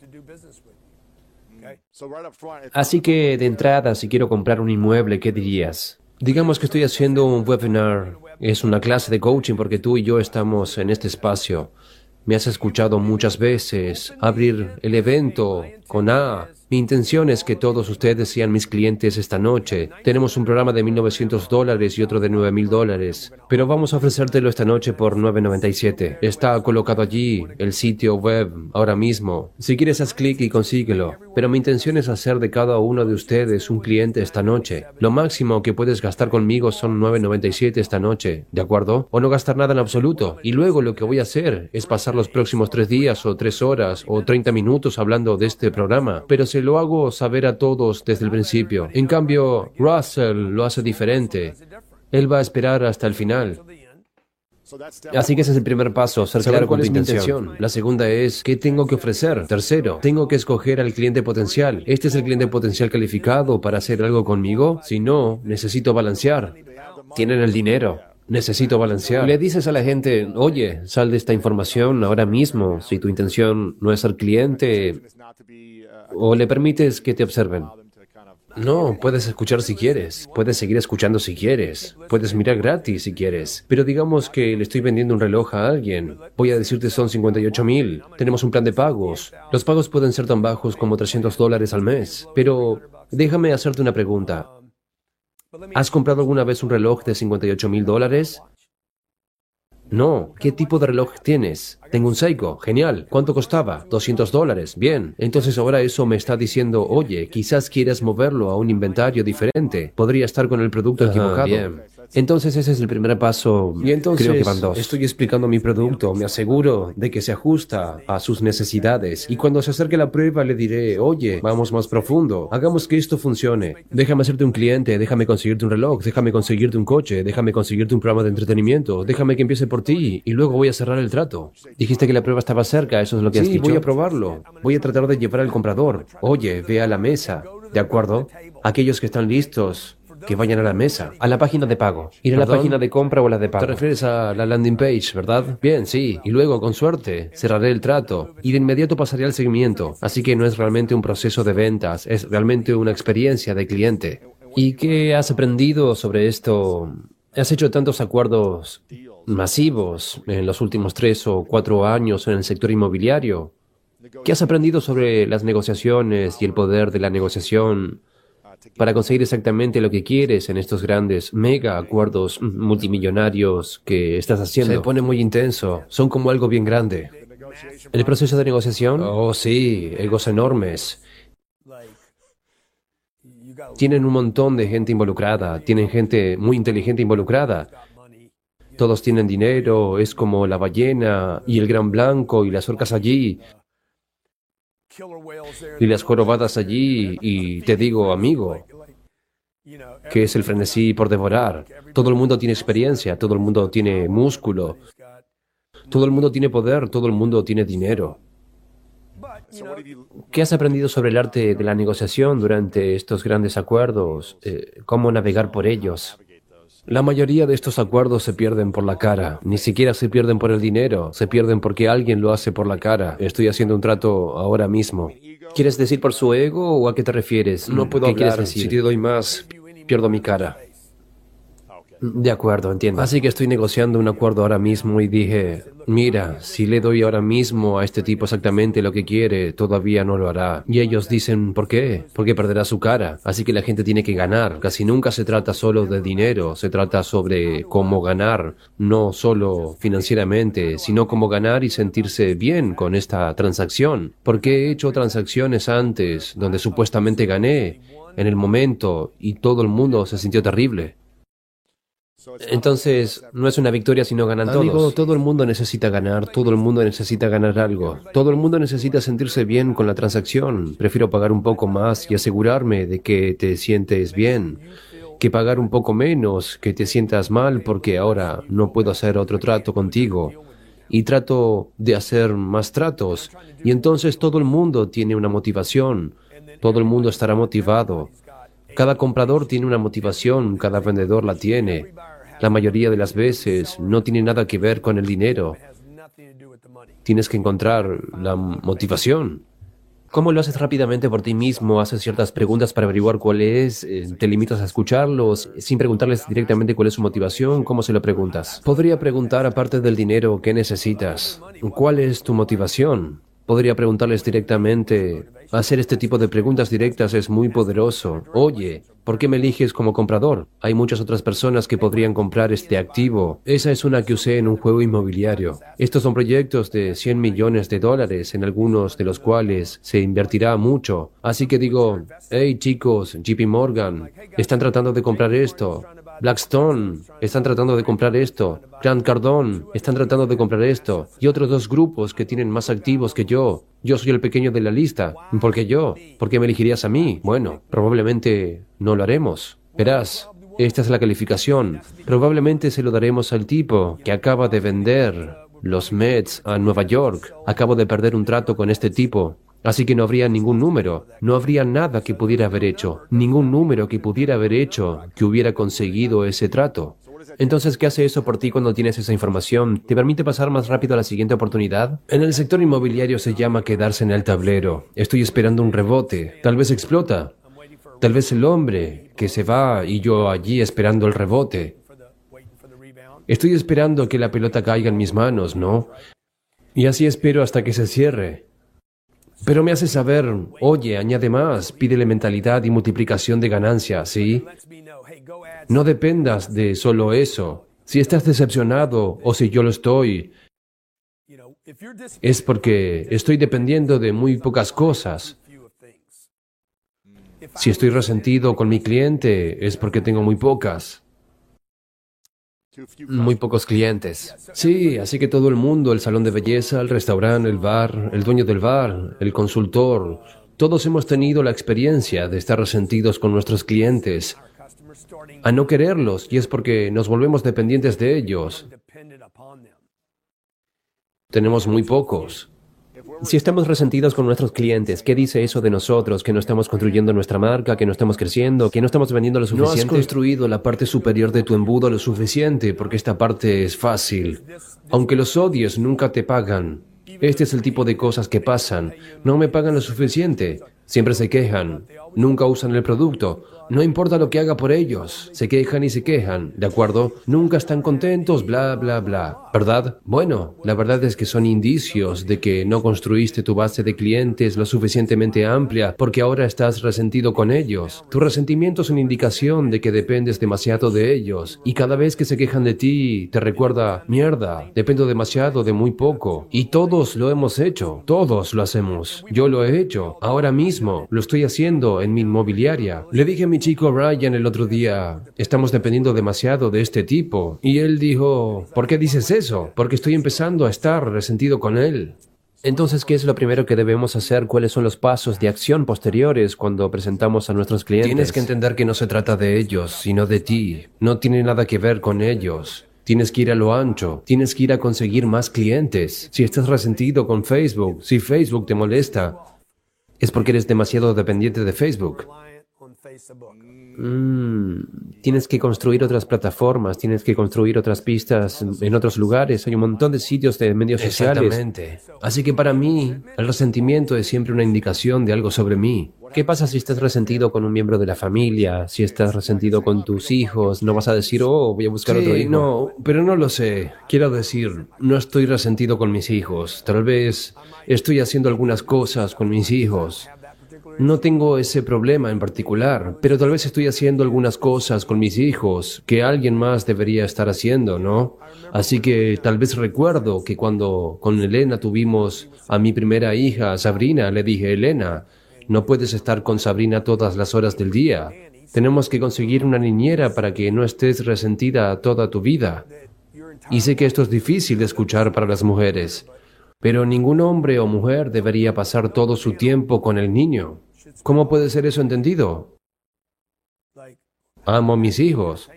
Así que, de entrada, si quiero comprar un inmueble, ¿qué dirías? Digamos que estoy haciendo un webinar. Es una clase de coaching porque tú y yo estamos en este espacio. Me has escuchado muchas veces abrir el evento con A. Mi intención es que todos ustedes sean mis clientes esta noche. Tenemos un programa de mil novecientos dólares y otro de nueve mil dólares, pero vamos a ofrecértelo esta noche por nueve noventa y siete. Está colocado allí, el sitio web, ahora mismo. Si quieres, haz clic y consíguelo. Pero mi intención es hacer de cada uno de ustedes un cliente esta noche. Lo máximo que puedes gastar conmigo son nueve noventa y siete esta noche, ¿de acuerdo? O no gastar nada en absoluto. Y luego lo que voy a hacer es pasar los próximos tres días o tres horas o treinta minutos hablando de este programa, pero se lo hago saber a todos desde el principio. En cambio, Russell lo hace diferente. Él va a esperar hasta el final. Así que ese es el primer paso, ser Saber claro con cuál tu es mi intención. intención. La segunda es, ¿qué tengo que ofrecer? Tercero, tengo que escoger al cliente potencial. ¿Este es el cliente potencial calificado para hacer algo conmigo? Si no, necesito balancear. Tienen el dinero. Necesito balancear. Le dices a la gente, oye, sal de esta información ahora mismo, si tu intención no es ser cliente, o le permites que te observen. No, puedes escuchar si quieres, puedes seguir escuchando si quieres, puedes mirar gratis si quieres, pero digamos que le estoy vendiendo un reloj a alguien. Voy a decirte son cincuenta y ocho mil, tenemos un plan de pagos. Los pagos pueden ser tan bajos como trescientos dólares al mes, pero déjame hacerte una pregunta. ¿Has comprado alguna vez un reloj de cincuenta y ocho mil dólares? No. ¿Qué tipo de reloj tienes? Tengo un Seiko. Genial. ¿Cuánto costaba? doscientos dólares. Bien. Entonces ahora eso me está diciendo, oye, quizás quieras moverlo a un inventario diferente. Podría estar con el producto Ajá, equivocado. bien. Entonces ese es el primer paso. Y entonces Creo que van dos. estoy explicando mi producto, me aseguro de que se ajusta a sus necesidades. Y cuando se acerque la prueba le diré, oye, vamos más profundo, hagamos que esto funcione. Déjame hacerte un cliente, déjame conseguirte un reloj, déjame conseguirte un coche, déjame conseguirte un programa de entretenimiento, déjame que empiece por ti y luego voy a cerrar el trato. Dijiste que la prueba estaba cerca, eso es lo que has Sí, dicho. voy a probarlo. Voy a tratar de llevar al comprador. Oye, ve a la mesa. ¿De acuerdo? Aquellos que están listos, que vayan a la mesa. A la página de pago. Ir a la ¿Perdón? página de compra o a la de pago. Te refieres a la landing page, ¿verdad? Bien, sí. Y luego, con suerte, cerraré el trato y de inmediato pasaré al seguimiento. Así que no es realmente un proceso de ventas, es realmente una experiencia de cliente. ¿Y qué has aprendido sobre esto? Has hecho tantos acuerdos masivos en los últimos tres o cuatro años en el sector inmobiliario. ¿Qué has aprendido sobre las negociaciones y el poder de la negociación para conseguir exactamente lo que quieres en estos grandes mega acuerdos multimillonarios que estás haciendo? Se pone muy intenso. Son como algo bien grande. ¿El proceso de negociación? Oh, sí, egos enormes. Tienen un montón de gente involucrada, tienen gente muy inteligente involucrada. Todos tienen dinero, es como la ballena y el gran blanco y las orcas allí. Y las jorobadas allí, y te digo, amigo, que es el frenesí por devorar. Todo el mundo tiene experiencia, todo el mundo tiene músculo, todo el mundo tiene poder, todo el mundo tiene dinero. ¿Qué has aprendido sobre el arte de la negociación durante estos grandes acuerdos? Eh, ¿Cómo navegar por ellos? La mayoría de estos acuerdos se pierden por la cara. Ni siquiera se pierden por el dinero. Se pierden porque alguien lo hace por la cara. Estoy haciendo un trato ahora mismo. ¿Quieres decir por su ego o a qué te refieres? No puedo ¿Qué hablar. quieres decir? Si te doy más, pierdo mi cara. De acuerdo, entiendo. Así que estoy negociando un acuerdo ahora mismo y dije, mira, si le doy ahora mismo a este tipo exactamente lo que quiere, todavía no lo hará. Y ellos dicen, ¿por qué? Porque perderá su cara. Así que la gente tiene que ganar. Casi nunca se trata solo de dinero, se trata sobre cómo ganar, no solo financieramente, sino cómo ganar y sentirse bien con esta transacción. Porque he hecho transacciones antes donde supuestamente gané en el momento y todo el mundo se sintió terrible. Entonces, no es una victoria si no ganan todos. Amigo, todo el mundo necesita ganar, todo el mundo necesita ganar algo. Todo el mundo necesita sentirse bien con la transacción. Prefiero pagar un poco más y asegurarme de que te sientes bien, que pagar un poco menos, que te sientas mal porque ahora no puedo hacer otro trato contigo. Y trato de hacer más tratos. Y entonces todo el mundo tiene una motivación. Todo el mundo estará motivado. Cada comprador tiene una motivación, cada vendedor la tiene. La mayoría de las veces no tiene nada que ver con el dinero. Tienes que encontrar la motivación. ¿Cómo lo haces rápidamente por ti mismo? ¿Haces ciertas preguntas para averiguar cuál es? ¿Te limitas a escucharlos sin preguntarles directamente cuál es su motivación? ¿Cómo se lo preguntas? Podría preguntar, aparte del dinero, ¿qué necesitas? ¿Cuál es tu motivación? Podría preguntarles directamente. Hacer este tipo de preguntas directas es muy poderoso. Oye, ¿por qué me eliges como comprador? Hay muchas otras personas que podrían comprar este activo. Esa es una que usé en un juego inmobiliario. Estos son proyectos de cien millones de dólares, en algunos de los cuales se invertirá mucho. Así que digo, hey chicos, J P Morgan, están tratando de comprar esto. Blackstone, están tratando de comprar esto. Grant Cardone, están tratando de comprar esto. Y otros dos grupos que tienen más activos que yo. Yo soy el pequeño de la lista. ¿Por qué yo? ¿Por qué me elegirías a mí? Bueno, probablemente no lo haremos. Verás, esta es la calificación. Probablemente se lo daremos al tipo que acaba de vender los Mets a Nueva York. Acabo de perder un trato con este tipo. Así que no habría ningún número, no habría nada que pudiera haber hecho, ningún número que pudiera haber hecho que hubiera conseguido ese trato. Entonces, ¿qué hace eso por ti cuando tienes esa información? ¿Te permite pasar más rápido a la siguiente oportunidad? En el sector inmobiliario se llama quedarse en el tablero. Estoy esperando un rebote, tal vez explota. Tal vez el hombre que se va y yo allí esperando el rebote. Estoy esperando que la pelota caiga en mis manos, ¿no? Y así espero hasta que se cierre. Pero me hace saber, oye, añade más, pídele mentalidad y multiplicación de ganancias, ¿sí? No dependas de solo eso. Si estás decepcionado o si yo lo estoy, es porque estoy dependiendo de muy pocas cosas. Si estoy resentido con mi cliente, es porque tengo muy pocas. Muy pocos clientes. Sí, así que todo el mundo, el salón de belleza, el restaurante, el bar, el dueño del bar, el consultor, todos hemos tenido la experiencia de estar resentidos con nuestros clientes, a no quererlos, y es porque nos volvemos dependientes de ellos. Tenemos muy pocos. Si estamos resentidos con nuestros clientes, ¿qué dice eso de nosotros? ¿Que no estamos construyendo nuestra marca? ¿Que no estamos creciendo? ¿Que no estamos vendiendo lo suficiente? No has construido la parte superior de tu embudo lo suficiente, porque esta parte es fácil. Aunque los odies, nunca te pagan. Este es el tipo de cosas que pasan. No me pagan lo suficiente. Siempre se quejan. Nunca usan el producto. No importa lo que haga por ellos. Se quejan y se quejan, ¿de acuerdo? Nunca están contentos, bla, bla, bla. ¿Verdad? Bueno, la verdad es que son indicios de que no construiste tu base de clientes lo suficientemente amplia porque ahora estás resentido con ellos. Tu resentimiento es una indicación de que dependes demasiado de ellos. Y cada vez que se quejan de ti, te recuerda, mierda, dependo demasiado de muy poco. Y todos lo hemos hecho. Todos lo hacemos. Yo lo he hecho. Ahora mismo lo estoy haciendo en mi inmobiliaria. Le dije a mi chico Ryan el otro día, estamos dependiendo demasiado de este tipo. Y él dijo, ¿por qué dices eso? Porque estoy empezando a estar resentido con él. Entonces, ¿qué es lo primero que debemos hacer? ¿Cuáles son los pasos de acción posteriores cuando presentamos a nuestros clientes? Tienes que entender que no se trata de ellos, sino de ti. No tiene nada que ver con ellos. Tienes que ir a lo ancho, tienes que ir a conseguir más clientes. Si estás resentido con Facebook, si Facebook te molesta, es porque eres demasiado dependiente de Facebook. Mm, tienes que construir otras plataformas, tienes que construir otras pistas en otros lugares. Hay un montón de sitios de medios sociales. Exactamente. Así que para mí, el resentimiento es siempre una indicación de algo sobre mí. ¿Qué pasa si estás resentido con un miembro de la familia? Si estás resentido con tus hijos, no vas a decir, oh, voy a buscar Sí, otro hijo. no, pero no lo sé. Quiero decir, no estoy resentido con mis hijos. Tal vez estoy haciendo algunas cosas con mis hijos. No tengo ese problema en particular, pero tal vez estoy haciendo algunas cosas con mis hijos que alguien más debería estar haciendo, ¿no? Así que tal vez recuerdo que cuando con Elena tuvimos a mi primera hija, Sabrina, le dije, Elena, no puedes estar con Sabrina todas las horas del día. Tenemos que conseguir una niñera para que no estés resentida toda tu vida. Y sé que esto es difícil de escuchar para las mujeres, pero ningún hombre o mujer debería pasar todo su tiempo con el niño. ¿Cómo puede ser eso entendido? Amo a mis hijos.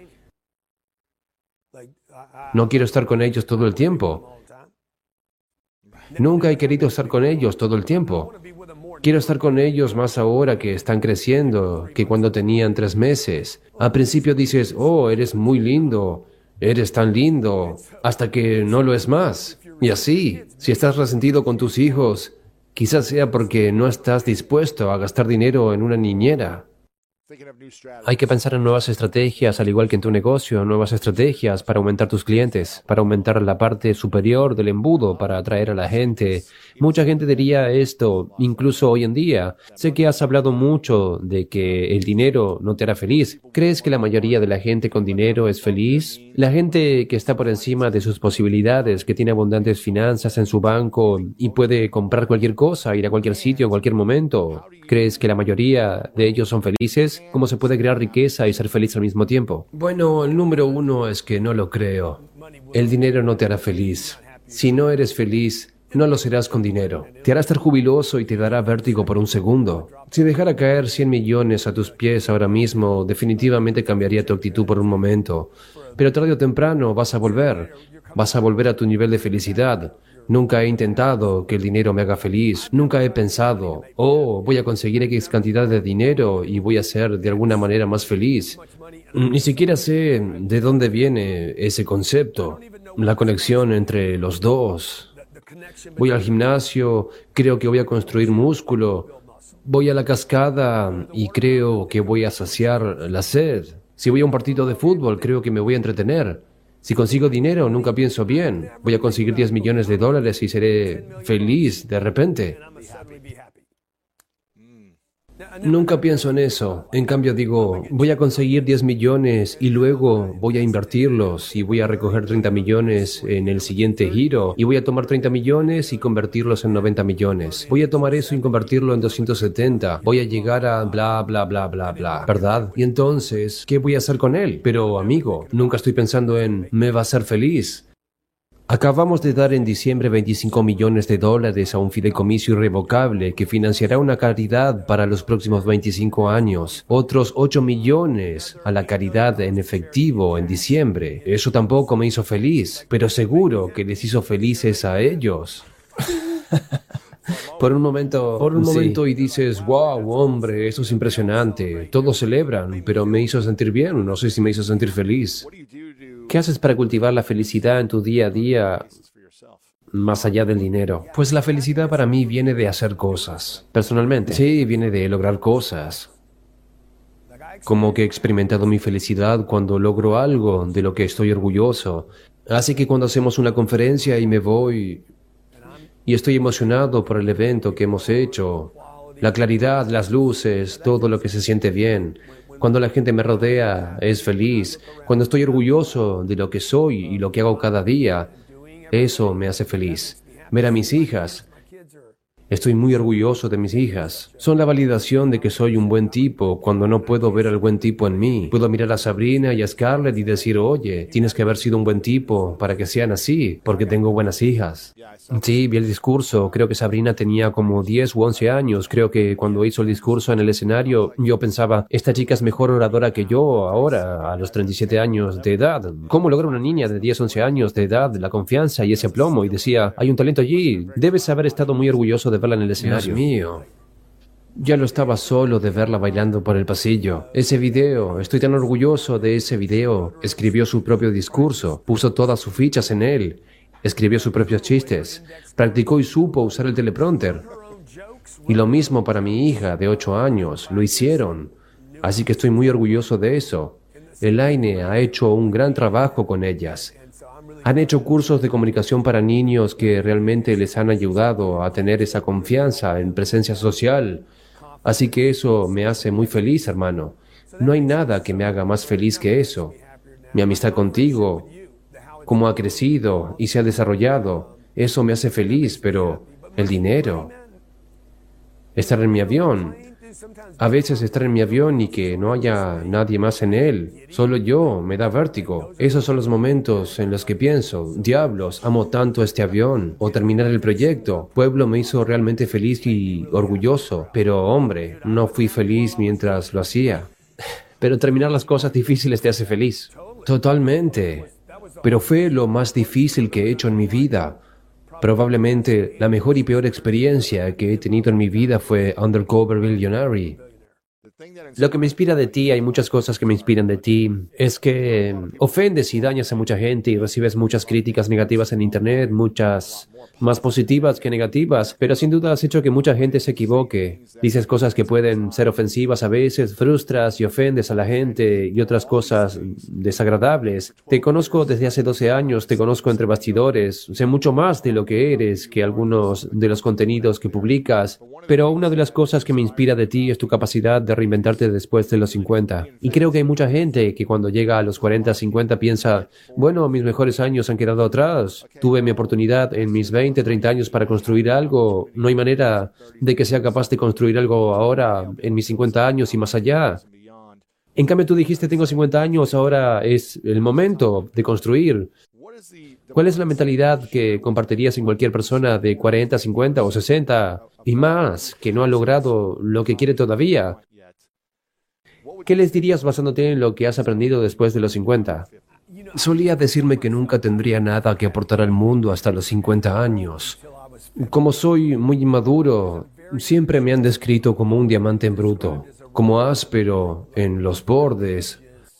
No quiero estar con ellos todo el tiempo. Nunca he querido estar con ellos todo el tiempo. Quiero estar con ellos más ahora que están creciendo, que cuando tenían tres meses. Al principio dices, oh, eres muy lindo, eres tan lindo, hasta que no lo es más. Y así, si estás resentido con tus hijos, quizás sea porque no estás dispuesto a gastar dinero en una niñera. Hay que pensar en nuevas estrategias, al igual que en tu negocio, nuevas estrategias para aumentar tus clientes, para aumentar la parte superior del embudo, para atraer a la gente. Mucha gente diría esto, incluso hoy en día. Sé que has hablado mucho de que el dinero no te hará feliz. ¿Crees que la mayoría de la gente con dinero es feliz? La gente que está por encima de sus posibilidades, que tiene abundantes finanzas en su banco y puede comprar cualquier cosa, ir a cualquier sitio en cualquier momento. ¿Crees que la mayoría de ellos son felices? ¿Cómo se puede crear riqueza y ser feliz al mismo tiempo? Bueno, el número uno es que no lo creo. El dinero no te hará feliz. Si no eres feliz, no lo serás con dinero. Te hará estar jubiloso y te dará vértigo por un segundo. Si dejara caer cien millones a tus pies ahora mismo, definitivamente cambiaría tu actitud por un momento. Pero tarde o temprano vas a volver. Vas a volver a tu nivel de felicidad. Nunca he intentado que el dinero me haga feliz. Nunca he pensado, oh, voy a conseguir X cantidad de dinero y voy a ser de alguna manera más feliz. Ni siquiera sé de dónde viene ese concepto, la conexión entre los dos. Voy al gimnasio, creo que voy a construir músculo. Voy a la cascada y creo que voy a saciar la sed. Si voy a un partido de fútbol, creo que me voy a entretener. Si consigo dinero, nunca pienso bien. Voy a conseguir diez millones de dólares y seré feliz de repente. Nunca pienso en eso. En cambio digo, voy a conseguir diez millones y luego voy a invertirlos y voy a recoger treinta millones en el siguiente giro y voy a tomar treinta millones y convertirlos en noventa millones. Voy a tomar eso y convertirlo en doscientos setenta. Voy a llegar a bla, bla, bla, bla, bla. ¿Verdad? Y entonces, ¿qué voy a hacer con él? Pero, amigo, nunca estoy pensando en, ¿me va a hacer feliz? Acabamos de dar en diciembre veinticinco millones de dólares a un fideicomiso irrevocable que financiará una caridad para los próximos veinticinco años. Otros ocho millones a la caridad en efectivo en diciembre. Eso tampoco me hizo feliz, pero seguro que les hizo felices a ellos. Por un momento... Por un sí. momento y dices, wow, hombre, eso es impresionante. Todos celebran, pero me hizo sentir bien. No sé si me hizo sentir feliz. ¿Qué haces para cultivar la felicidad en tu día a día más allá del dinero? Pues la felicidad para mí viene de hacer cosas. Personalmente. Sí, viene de lograr cosas. Como que he experimentado mi felicidad cuando logro algo de lo que estoy orgulloso. Así que cuando hacemos una conferencia y me voy y estoy emocionado por el evento que hemos hecho, la claridad, las luces, todo lo que se siente bien. Cuando la gente me rodea, es feliz. Cuando estoy orgulloso de lo que soy y lo que hago cada día, eso me hace feliz. Ver a mis hijas. Estoy muy orgulloso de mis hijas. Son la validación de que soy un buen tipo cuando no puedo ver al buen tipo en mí. Puedo mirar a Sabrina y a Scarlett y decir, oye, tienes que haber sido un buen tipo para que sean así, porque tengo buenas hijas. Sí, vi el discurso. Creo que Sabrina tenía como diez u once años. Creo que cuando hizo el discurso en el escenario, yo pensaba, esta chica es mejor oradora que yo ahora, a los treinta y siete años de edad. ¿Cómo logra una niña de diez, once años de edad la confianza y ese aplomo? Y decía, hay un talento allí. Debes haber estado muy orgulloso de verla en el escenario. Dios mío. Ya lo estaba solo de verla bailando por el pasillo. Ese video, estoy tan orgulloso de ese video. Escribió su propio discurso, puso todas sus fichas en él, escribió sus propios chistes, practicó y supo usar el teleprompter. Y lo mismo para mi hija de ocho años, lo hicieron. Así que estoy muy orgulloso de eso. Elaine ha hecho un gran trabajo con ellas. Han hecho cursos de comunicación para niños que realmente les han ayudado a tener esa confianza en presencia social. Así que eso me hace muy feliz, hermano. No hay nada que me haga más feliz que eso. Mi amistad contigo, cómo ha crecido y se ha desarrollado, eso me hace feliz, pero el dinero, estar en mi avión, a veces estar en mi avión y que no haya nadie más en él, solo yo, me da vértigo. Esos son los momentos en los que pienso, diablos, amo tanto este avión, o terminar el proyecto. Pueblo me hizo realmente feliz y orgulloso, pero hombre, no fui feliz mientras lo hacía. Pero terminar las cosas difíciles te hace feliz. Totalmente. Pero fue lo más difícil que he hecho en mi vida. Probablemente la mejor y peor experiencia que he tenido en mi vida fue Undercover Billionaire. Lo que me inspira de ti, hay muchas cosas que me inspiran de ti, es que ofendes y dañas a mucha gente y recibes muchas críticas negativas en Internet, muchas más positivas que negativas, pero sin duda has hecho que mucha gente se equivoque. Dices cosas que pueden ser ofensivas a veces, frustras y ofendes a la gente y otras cosas desagradables. Te conozco desde hace doce años, te conozco entre bastidores, sé mucho más de lo que eres que algunos de los contenidos que publicas, pero una de las cosas que me inspira de ti es tu capacidad de reinventarte después de los cincuenta. Y creo que hay mucha gente que cuando llega a los cuarenta, cincuenta piensa, bueno, mis mejores años han quedado atrás, tuve mi oportunidad en mis veinte, treinta años para construir algo, no hay manera de que sea capaz de construir algo ahora en mis cincuenta años y más allá. En cambio tú dijiste, tengo cincuenta años, ahora es el momento de construir. ¿Cuál es la mentalidad que compartirías en cualquier persona de cuarenta, cincuenta o sesenta y más que no ha logrado lo que quiere todavía? ¿Qué les dirías basándote en lo que has aprendido después de los cincuenta? Solía decirme que nunca tendría nada que aportar al mundo hasta los cincuenta años. Como soy muy inmaduro, siempre me han descrito como un diamante en bruto, como áspero en los bordes,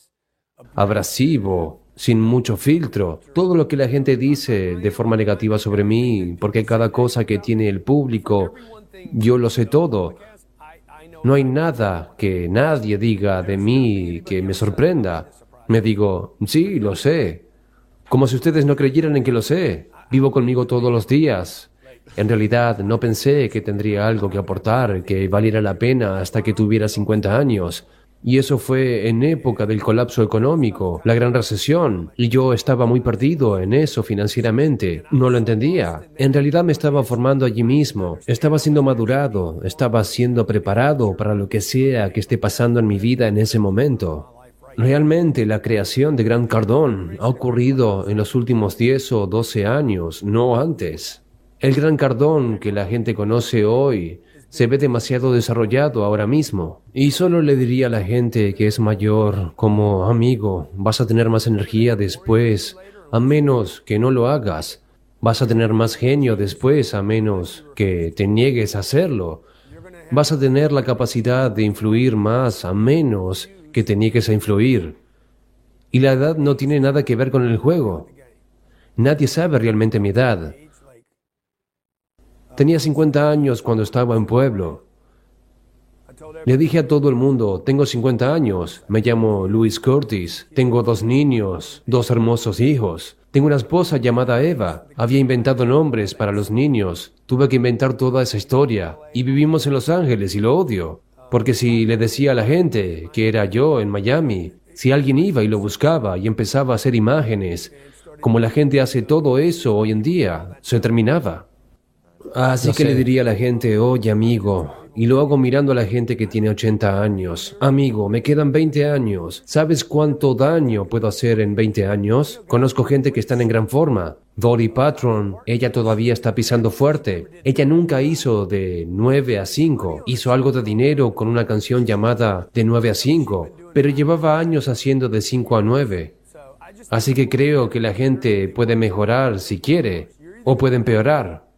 abrasivo, sin mucho filtro. Todo lo que la gente dice de forma negativa sobre mí, porque cada cosa que tiene el público, yo lo sé todo. No hay nada que nadie diga de mí que me sorprenda. Me digo, sí, lo sé. Como si ustedes no creyeran en que lo sé. Vivo conmigo todos los días. En realidad, no pensé que tendría algo que aportar, que valiera la pena hasta que tuviera cincuenta años. Y eso fue en época del colapso económico, la gran recesión. Y yo estaba muy perdido en eso financieramente. No lo entendía. En realidad me estaba formando allí mismo. Estaba siendo madurado. Estaba siendo preparado para lo que sea que esté pasando en mi vida en ese momento. Realmente la creación de Grant Cardone ha ocurrido en los últimos diez o doce años, no antes. El Grant Cardone que la gente conoce hoy se ve demasiado desarrollado ahora mismo. Y solo le diría a la gente que es mayor, como amigo, vas a tener más energía después, a menos que no lo hagas. Vas a tener más genio después, a menos que te niegues a hacerlo. Vas a tener la capacidad de influir más, a menos que te niegues a influir. Y la edad no tiene nada que ver con el juego. Nadie sabe realmente mi edad. Tenía cincuenta años cuando estaba en Pueblo. Le dije a todo el mundo, tengo cincuenta años, me llamo Louis Curtis, tengo dos niños, dos hermosos hijos, tengo una esposa llamada Eva, había inventado nombres para los niños, tuve que inventar toda esa historia, y vivimos en Los Ángeles y lo odio, porque si le decía a la gente que era yo en Miami, si alguien iba y lo buscaba y empezaba a hacer imágenes, como la gente hace todo eso hoy en día, se terminaba. Así que le diría a la gente, oye amigo, y lo hago mirando a la gente que tiene ochenta años. Amigo, me quedan veinte años. ¿Sabes cuánto daño puedo hacer en veinte años? Conozco gente que están en gran forma. Dolly Parton, ella todavía está pisando fuerte. Ella nunca hizo de nueve a cinco. Hizo algo de dinero con una canción llamada De nueve a cinco, pero llevaba años haciendo de cinco a nueve. Así que creo que la gente puede mejorar si quiere, o puede empeorar.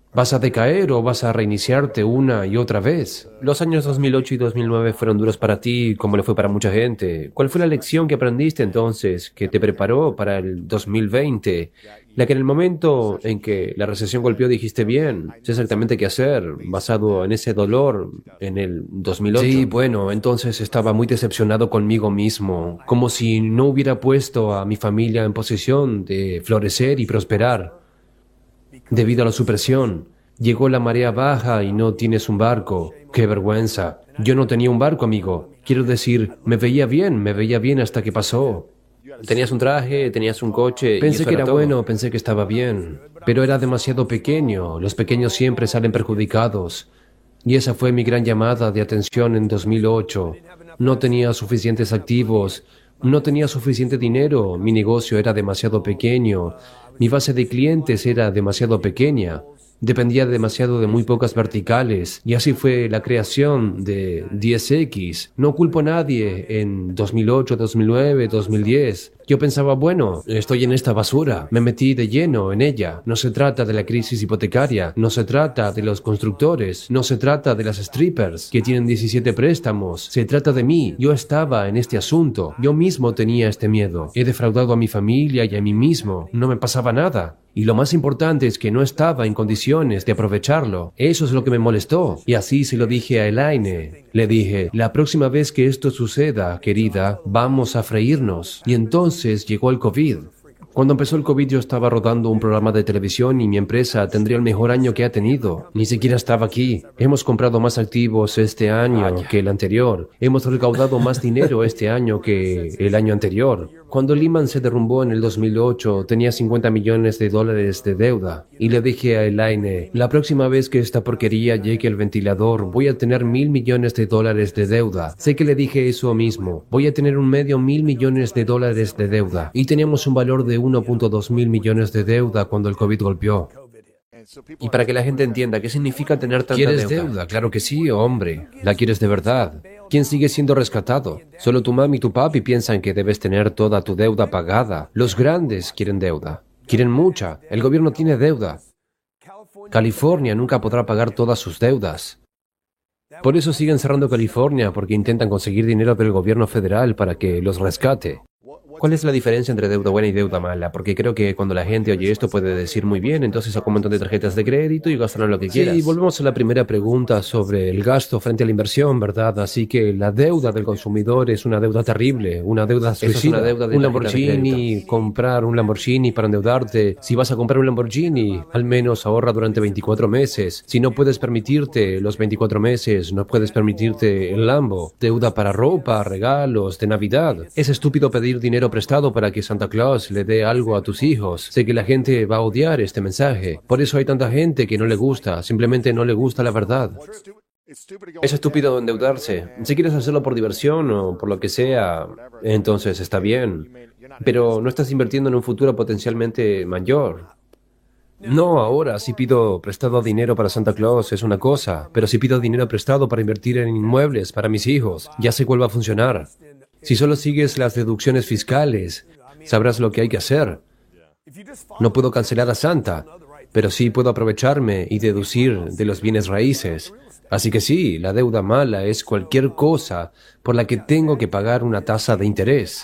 ¿Vas a decaer o vas a reiniciarte una y otra vez? Los años dos mil ocho y dos mil nueve fueron duros para ti, como le fue para mucha gente. ¿Cuál fue la lección que aprendiste entonces, que te preparó para el dos mil veinte? La que en el momento en que la recesión golpeó dijiste bien, sé exactamente qué hacer, basado en ese dolor en el dos mil ocho. Sí, bueno, entonces estaba muy decepcionado conmigo mismo, como si no hubiera puesto a mi familia en posición de florecer y prosperar. Debido a la supresión, llegó la marea baja y no tienes un barco. ¡Qué vergüenza! Yo no tenía un barco, amigo. Quiero decir, me veía bien, me veía bien hasta que pasó. Tenías un traje, tenías un coche. Pensé y que era todo. bueno, pensé que estaba bien, pero era demasiado pequeño. Los pequeños siempre salen perjudicados. Y esa fue mi gran llamada de atención en dos mil ocho. No tenía suficientes activos, no tenía suficiente dinero, mi negocio era demasiado pequeño, mi base de clientes era demasiado pequeña. Dependía demasiado de muy pocas verticales, y así fue la creación de diez equis. No culpo a nadie en dos mil ocho, dos mil nueve, dos mil diez. Yo pensaba, bueno, estoy en esta basura, me metí de lleno en ella. No se trata de la crisis hipotecaria, no se trata de los constructores, no se trata de las strippers que tienen diecisiete préstamos, se trata de mí. Yo estaba en este asunto, yo mismo tenía este miedo. He defraudado a mi familia y a mí mismo, no me pasaba nada. Y lo más importante es que no estaba en condiciones de aprovecharlo. Eso es lo que me molestó. Y así se lo dije a Elaine. Le dije, la próxima vez que esto suceda, querida, vamos a freírnos. Y entonces llegó el COVID. Cuando empezó el COVID yo estaba rodando un programa de televisión y mi empresa tendría el mejor año que ha tenido. Ni siquiera estaba aquí. Hemos comprado más activos este año que el anterior. Hemos recaudado más dinero este año que el año anterior. Cuando Lehman se derrumbó en el dos mil ocho, tenía cincuenta millones de dólares de deuda. Y le dije a Elaine, la próxima vez que esta porquería llegue al ventilador, voy a tener mil millones de dólares de deuda. Sé que le dije eso mismo. Voy a tener un medio mil millones de dólares de deuda. Y teníamos un valor de uno punto dos mil millones de deuda cuando el COVID golpeó. Y para que la gente entienda, ¿qué significa tener tanta ¿Quieres deuda? deuda? Claro que sí, hombre. ¿La quieres de verdad? ¿Quién sigue siendo rescatado? Solo tu mami y tu papi piensan que debes tener toda tu deuda pagada. Los grandes quieren deuda. Quieren mucha. El gobierno tiene deuda. California nunca podrá pagar todas sus deudas. Por eso siguen cerrando California, porque intentan conseguir dinero del gobierno federal para que los rescate. ¿Cuál es la diferencia entre deuda buena y deuda mala? Porque creo que cuando la gente oye esto puede decir muy bien, entonces saca un montón de tarjetas de crédito y gastan lo que quieras. Sí, volvemos a la primera pregunta sobre el gasto frente a la inversión, ¿verdad? Así que la deuda del consumidor es una deuda terrible, una deuda suicida. Es una deuda de un tarjeta de Lamborghini, crédito. comprar un Lamborghini para endeudarte. Si vas a comprar un Lamborghini, al menos ahorra durante veinticuatro meses. Si no puedes permitirte los veinticuatro meses, no puedes permitirte el Lambo. Deuda para ropa, regalos, de Navidad. Es estúpido pedir dinero prestado para que Santa Claus le dé algo a tus hijos. Sé que la gente va a odiar este mensaje. Por eso hay tanta gente que no le gusta, simplemente no le gusta la verdad. Es estúpido endeudarse. Si quieres hacerlo por diversión o por lo que sea, entonces está bien. Pero no estás invirtiendo en un futuro potencialmente mayor. No, ahora si pido prestado dinero para Santa Claus es una cosa, pero si pido dinero prestado para invertir en inmuebles para mis hijos, ya sé cuál va a funcionar. Si solo sigues las deducciones fiscales, sabrás lo que hay que hacer. No puedo cancelar a Santa, pero sí puedo aprovecharme y deducir de los bienes raíces. Así que sí, la deuda mala es cualquier cosa por la que tengo que pagar una tasa de interés.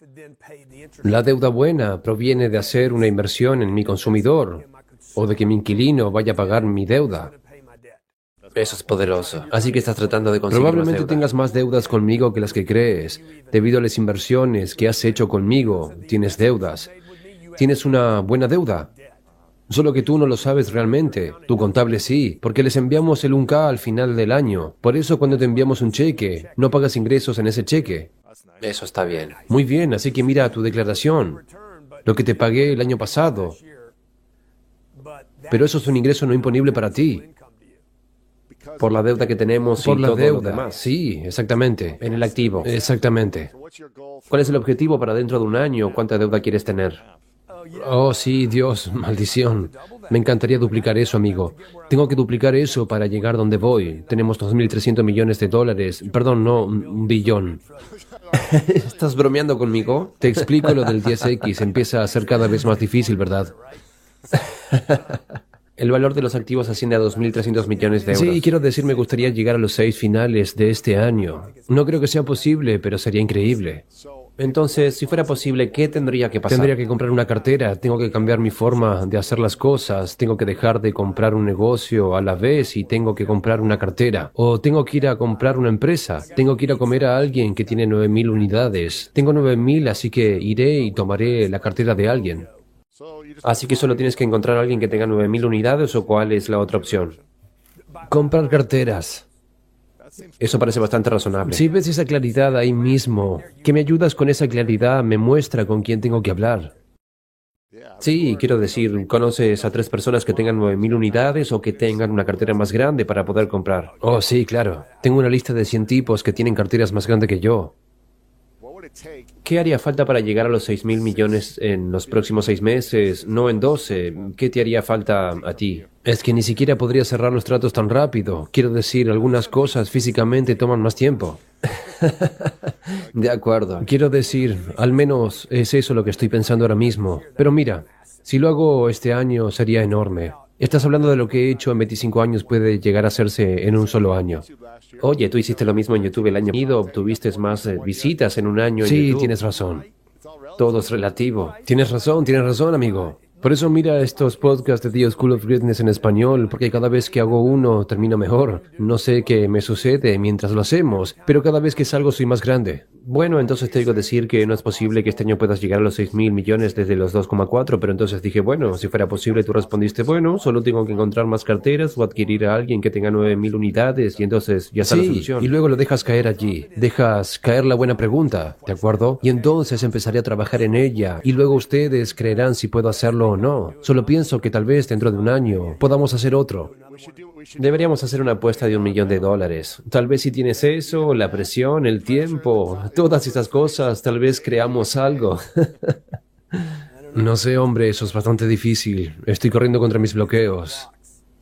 La deuda buena proviene de hacer una inversión en mi consumidor o de que mi inquilino vaya a pagar mi deuda. Eso es poderoso. Así que estás tratando de conseguir Probablemente más deuda. tengas más deudas conmigo que las que crees. Debido a las inversiones que has hecho conmigo, tienes deudas. Tienes una buena deuda. Solo que tú no lo sabes realmente. Tu contable sí, porque les enviamos el uno K al final del año. Por eso cuando te enviamos un cheque, no pagas ingresos en ese cheque. Eso está bien. Muy bien, así que mira tu declaración. Lo que te pagué el año pasado. Pero eso es un ingreso no imponible para ti. Por la deuda que tenemos Por y la todo lo deuda. demás. Sí, exactamente. En el activo. Exactamente. ¿Cuál es el objetivo para dentro de un año? ¿Cuánta deuda quieres tener? Oh, sí, Dios, maldición. Me encantaría duplicar eso, amigo. Tengo que duplicar eso para llegar donde voy. Tenemos dos mil trescientos millones de dólares. Perdón, no, un billón. ¿Estás bromeando conmigo? Te explico lo del diez equis. Empieza a ser cada vez más difícil, ¿verdad? El valor de los activos asciende a dos mil trescientos millones de euros. Sí, quiero decir, me gustaría llegar a los seis finales de este año. No creo que sea posible, pero sería increíble. Entonces, si fuera posible, ¿qué tendría que pasar? Tendría que comprar una cartera, tengo que cambiar mi forma de hacer las cosas, tengo que dejar de comprar un negocio a la vez y tengo que comprar una cartera. O tengo que ir a comprar una empresa, tengo que ir a comer a alguien que tiene nueve mil unidades. Tengo nueve mil, así que iré y tomaré la cartera de alguien. Así que solo tienes que encontrar a alguien que tenga nueve mil unidades, ¿o cuál es la otra opción? Comprar carteras. Eso parece bastante razonable. Si ves esa claridad ahí mismo, que me ayudas con esa claridad, me muestra con quién tengo que hablar. Sí, quiero decir, ¿conoces a tres personas que tengan nueve mil unidades o que tengan una cartera más grande para poder comprar? Oh, sí, claro. Tengo una lista de cien tipos que tienen carteras más grandes que yo. ¿Qué haría falta para llegar a los seis mil millones en los próximos seis meses, no en doce? ¿Qué te haría falta a ti? Es que ni siquiera podría cerrar los tratos tan rápido. Quiero decir, algunas cosas físicamente toman más tiempo. De acuerdo. Quiero decir, al menos es eso lo que estoy pensando ahora mismo. Pero mira, si lo hago este año sería enorme. Estás hablando de lo que he hecho en veinticinco años puede llegar a hacerse en un solo año. Oye, tú hiciste lo mismo en YouTube el año pasado, obtuviste más eh, visitas en un año en Sí, YouTube. tienes razón. Todo es relativo. Tienes razón, tienes razón, amigo. Por eso mira estos podcasts de The School of Greatness en español, porque cada vez que hago uno termino mejor. No sé qué me sucede mientras lo hacemos, pero cada vez que salgo soy más grande. Bueno, entonces te digo decir que no es posible que este año puedas llegar a los seis mil millones desde los dos coma cuatro, pero entonces dije, bueno, si fuera posible, tú respondiste, bueno, solo tengo que encontrar más carteras o adquirir a alguien que tenga nueve mil unidades y entonces ya está la Sí, solución. y luego lo dejas caer allí. Dejas caer la buena pregunta, ¿de acuerdo? Y entonces empezaré a trabajar en ella y luego ustedes creerán si puedo hacerlo o no. Solo pienso que tal vez dentro de un año podamos hacer otro. Deberíamos hacer una apuesta de un millón de dólares. Tal vez si tienes eso, la presión, el tiempo, todas esas cosas, tal vez creamos algo. No sé, hombre, eso es bastante difícil. Estoy corriendo contra mis bloqueos.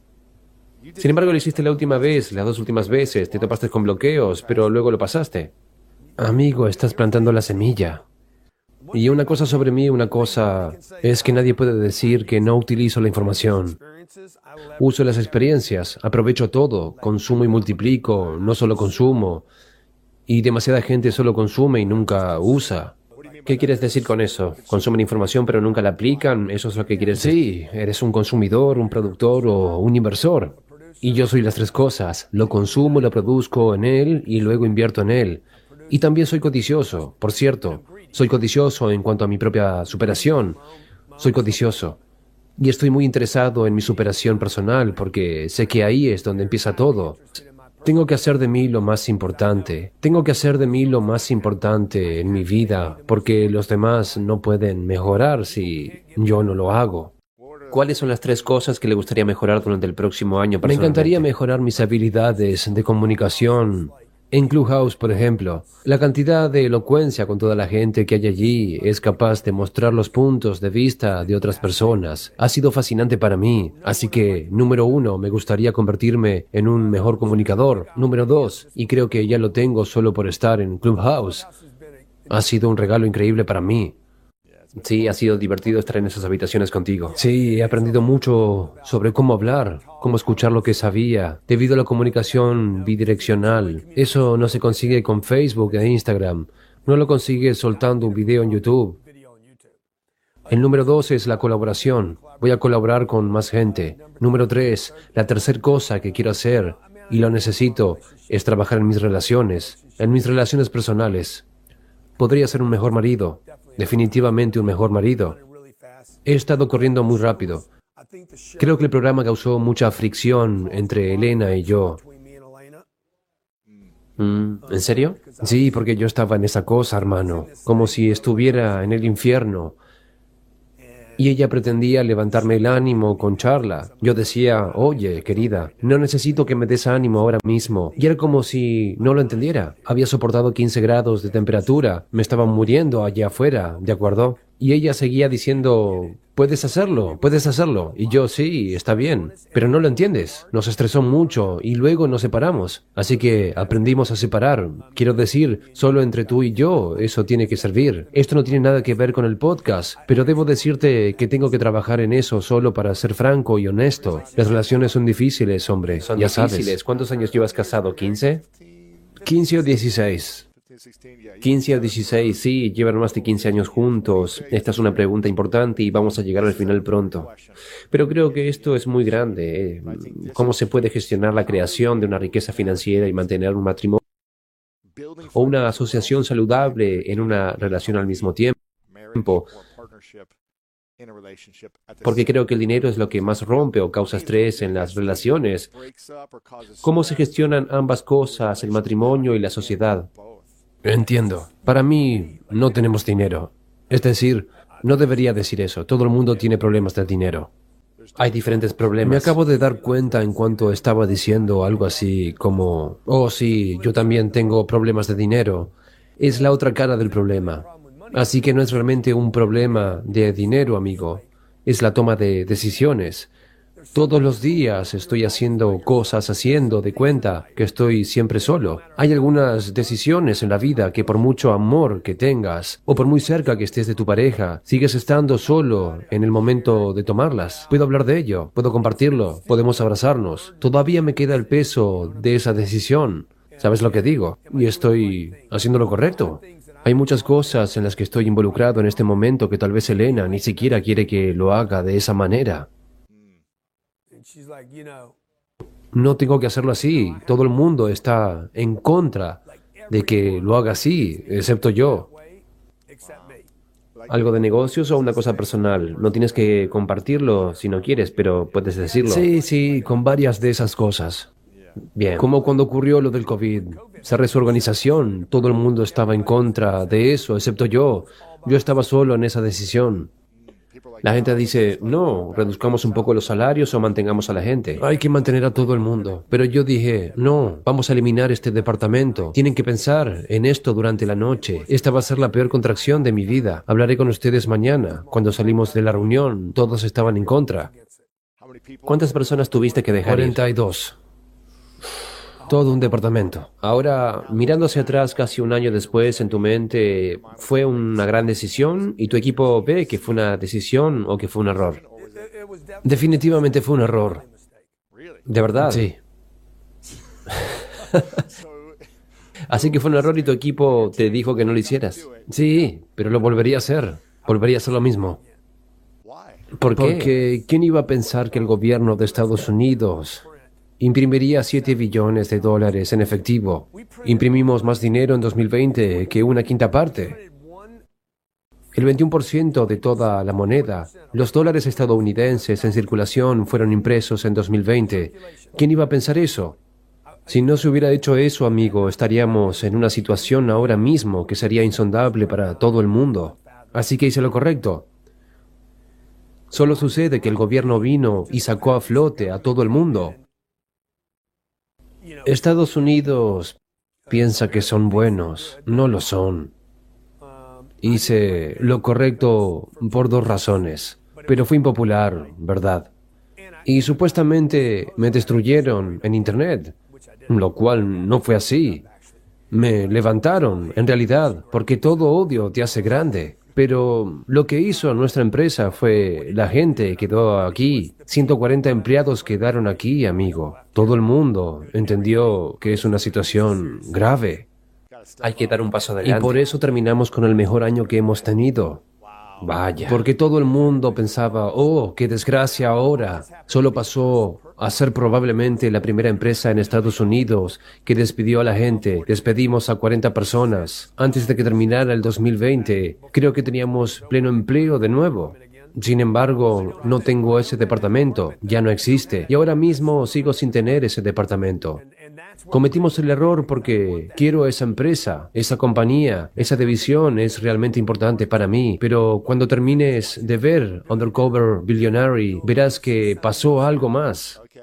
Sin embargo, lo hiciste la última vez, las dos últimas veces, te topaste con bloqueos, pero luego lo pasaste. Amigo, estás plantando la semilla. Y una cosa sobre mí, una cosa es que nadie puede decir que no utilizo la información. Uso las experiencias, aprovecho todo, consumo y multiplico, no solo consumo. Y demasiada gente solo consume y nunca usa. ¿Qué quieres decir con eso? ¿Consumen información pero nunca la aplican? ¿Eso es lo que quieres decir? Sí, eres un consumidor, un productor o un inversor. Y yo soy las tres cosas. Lo consumo, lo produzco en él y luego invierto en él. Y también soy codicioso, por cierto. Soy codicioso en cuanto a mi propia superación. Soy codicioso. Y estoy muy interesado en mi superación personal porque sé que ahí es donde empieza todo. Tengo que hacer de mí lo más importante. Tengo que hacer de mí lo más importante en mi vida porque los demás no pueden mejorar si yo no lo hago. ¿Cuáles son las tres cosas que le gustaría mejorar durante el próximo año Me personalmente? encantaría mejorar mis habilidades de comunicación. En Clubhouse, por ejemplo, la cantidad de elocuencia con toda la gente que hay allí es capaz de mostrar los puntos de vista de otras personas. Ha sido fascinante para mí. Así que, número uno, me gustaría convertirme en un mejor comunicador. Número dos, y creo que ya lo tengo solo por estar en Clubhouse. Ha sido un regalo increíble para mí. Sí, ha sido divertido estar en esas habitaciones contigo. Sí, he aprendido mucho sobre cómo hablar, cómo escuchar lo que sabía, debido a la comunicación bidireccional. Eso no se consigue con Facebook e Instagram. No lo consigues soltando un video en YouTube. El número dos es la colaboración. Voy a colaborar con más gente. Número tres, la tercera cosa que quiero hacer, y lo necesito, es trabajar en mis relaciones, en mis relaciones personales. Podría ser un mejor marido. Definitivamente un mejor marido. He estado corriendo muy rápido. Creo que el programa causó mucha fricción entre Elena y yo. Mm, ¿En serio? Sí, porque yo estaba en esa cosa, hermano, como si estuviera en el infierno. Y ella pretendía levantarme el ánimo con charla. Yo decía, oye, querida, no necesito que me des ánimo ahora mismo. Y era como si no lo entendiera. Había soportado quince grados de temperatura. Me estaba muriendo allá afuera, ¿de acuerdo? Y ella seguía diciendo, puedes hacerlo, puedes hacerlo. Y yo, sí, está bien. Pero no lo entiendes. Nos estresó mucho y luego nos separamos. Así que aprendimos a separar. Quiero decir, solo entre tú y yo, eso tiene que servir. Esto no tiene nada que ver con el podcast, pero debo decirte que tengo que trabajar en eso solo para ser franco y honesto. Las relaciones son difíciles, hombre. Son ya difíciles. sabes. ¿Cuántos años llevas casado? ¿quince? quince o dieciséis. quince o dieciséis, sí, llevan más de quince años juntos. Esta es una pregunta importante y vamos a llegar al final pronto. Pero creo que esto es muy grande. ¿eh? ¿Cómo se puede gestionar la creación de una riqueza financiera y mantener un matrimonio o una asociación saludable en una relación al mismo tiempo? Porque creo que el dinero es lo que más rompe o causa estrés en las relaciones. ¿Cómo se gestionan ambas cosas, el matrimonio y la sociedad? Entiendo. Para mí, no tenemos dinero. Es decir, no debería decir eso. Todo el mundo tiene problemas de dinero. Hay diferentes problemas. Me acabo de dar cuenta en cuanto estaba diciendo algo así como, oh sí, yo también tengo problemas de dinero. Es la otra cara del problema. Así que no es realmente un problema de dinero, amigo. Es la toma de decisiones. Todos los días estoy haciendo cosas, haciendo de cuenta que estoy siempre solo. Hay algunas decisiones en la vida que por mucho amor que tengas o por muy cerca que estés de tu pareja, sigues estando solo en el momento de tomarlas. Puedo hablar de ello, puedo compartirlo, podemos abrazarnos. Todavía me queda el peso de esa decisión. ¿Sabes lo que digo? Y estoy haciendo lo correcto. Hay muchas cosas en las que estoy involucrado en este momento que tal vez Elena ni siquiera quiere que lo haga de esa manera. No tengo que hacerlo así. Todo el mundo está en contra de que lo haga así, excepto yo. ¿Algo de negocios o una cosa personal? No tienes que compartirlo si no quieres, pero puedes decirlo. Sí, sí, con varias de esas cosas. Bien. Como cuando ocurrió lo del COVID. Cerré su organización. Todo el mundo estaba en contra de eso, excepto yo. Yo estaba solo en esa decisión. La gente dice, no, reduzcamos un poco los salarios o mantengamos a la gente. Hay que mantener a todo el mundo. Pero yo dije, no, vamos a eliminar este departamento. Tienen que pensar en esto durante la noche. Esta va a ser la peor contracción de mi vida. Hablaré con ustedes mañana. Cuando salimos de la reunión, todos estaban en contra. ¿Cuántas personas tuviste que dejar ir? cuarenta y dos. Todo un departamento. Ahora, mirando hacia atrás casi un año después, en tu mente, ¿fue una gran decisión? ¿Y tu equipo ve que fue una decisión o que fue un error? Definitivamente fue un error. ¿De verdad? Sí. Así que fue un error y tu equipo te dijo que no lo hicieras. Sí, pero lo volvería a hacer. Volvería a hacer lo mismo. ¿Por qué? Porque ¿quién iba a pensar que el gobierno de Estados Unidos imprimiría siete billones de dólares en efectivo? Imprimimos más dinero en dos mil veinte que una quinta parte. El veintiuno por ciento de toda la moneda, los dólares estadounidenses en circulación fueron impresos en dos mil veinte. ¿Quién iba a pensar eso? Si no se hubiera hecho eso, amigo, estaríamos en una situación ahora mismo que sería insondable para todo el mundo. Así que hice lo correcto. Solo sucede que el gobierno vino y sacó a flote a todo el mundo. Estados Unidos piensa que son buenos. No lo son. Hice lo correcto por dos razones, pero fue impopular, ¿verdad? Y supuestamente me destruyeron en Internet, lo cual no fue así. Me levantaron, en realidad, porque todo odio te hace grande. Pero lo que hizo nuestra empresa fue, la gente quedó aquí. ciento cuarenta empleados quedaron aquí, amigo. Todo el mundo entendió que es una situación grave. Hay que dar un paso Y adelante. por eso terminamos con el mejor año que hemos tenido. Vaya. Porque todo el mundo pensaba, oh, qué desgracia ahora. Solo pasó a ser probablemente la primera empresa en Estados Unidos que despidió a la gente. Despedimos a cuarenta personas. Antes de que terminara el dos mil veinte, creo que teníamos pleno empleo de nuevo. Sin embargo, no tengo ese departamento. Ya no existe. Y ahora mismo sigo sin tener ese departamento. Cometimos el error porque quiero esa empresa, esa compañía, esa división es realmente importante para mí. Pero cuando termines de ver Undercover Billionaire, verás que pasó algo más.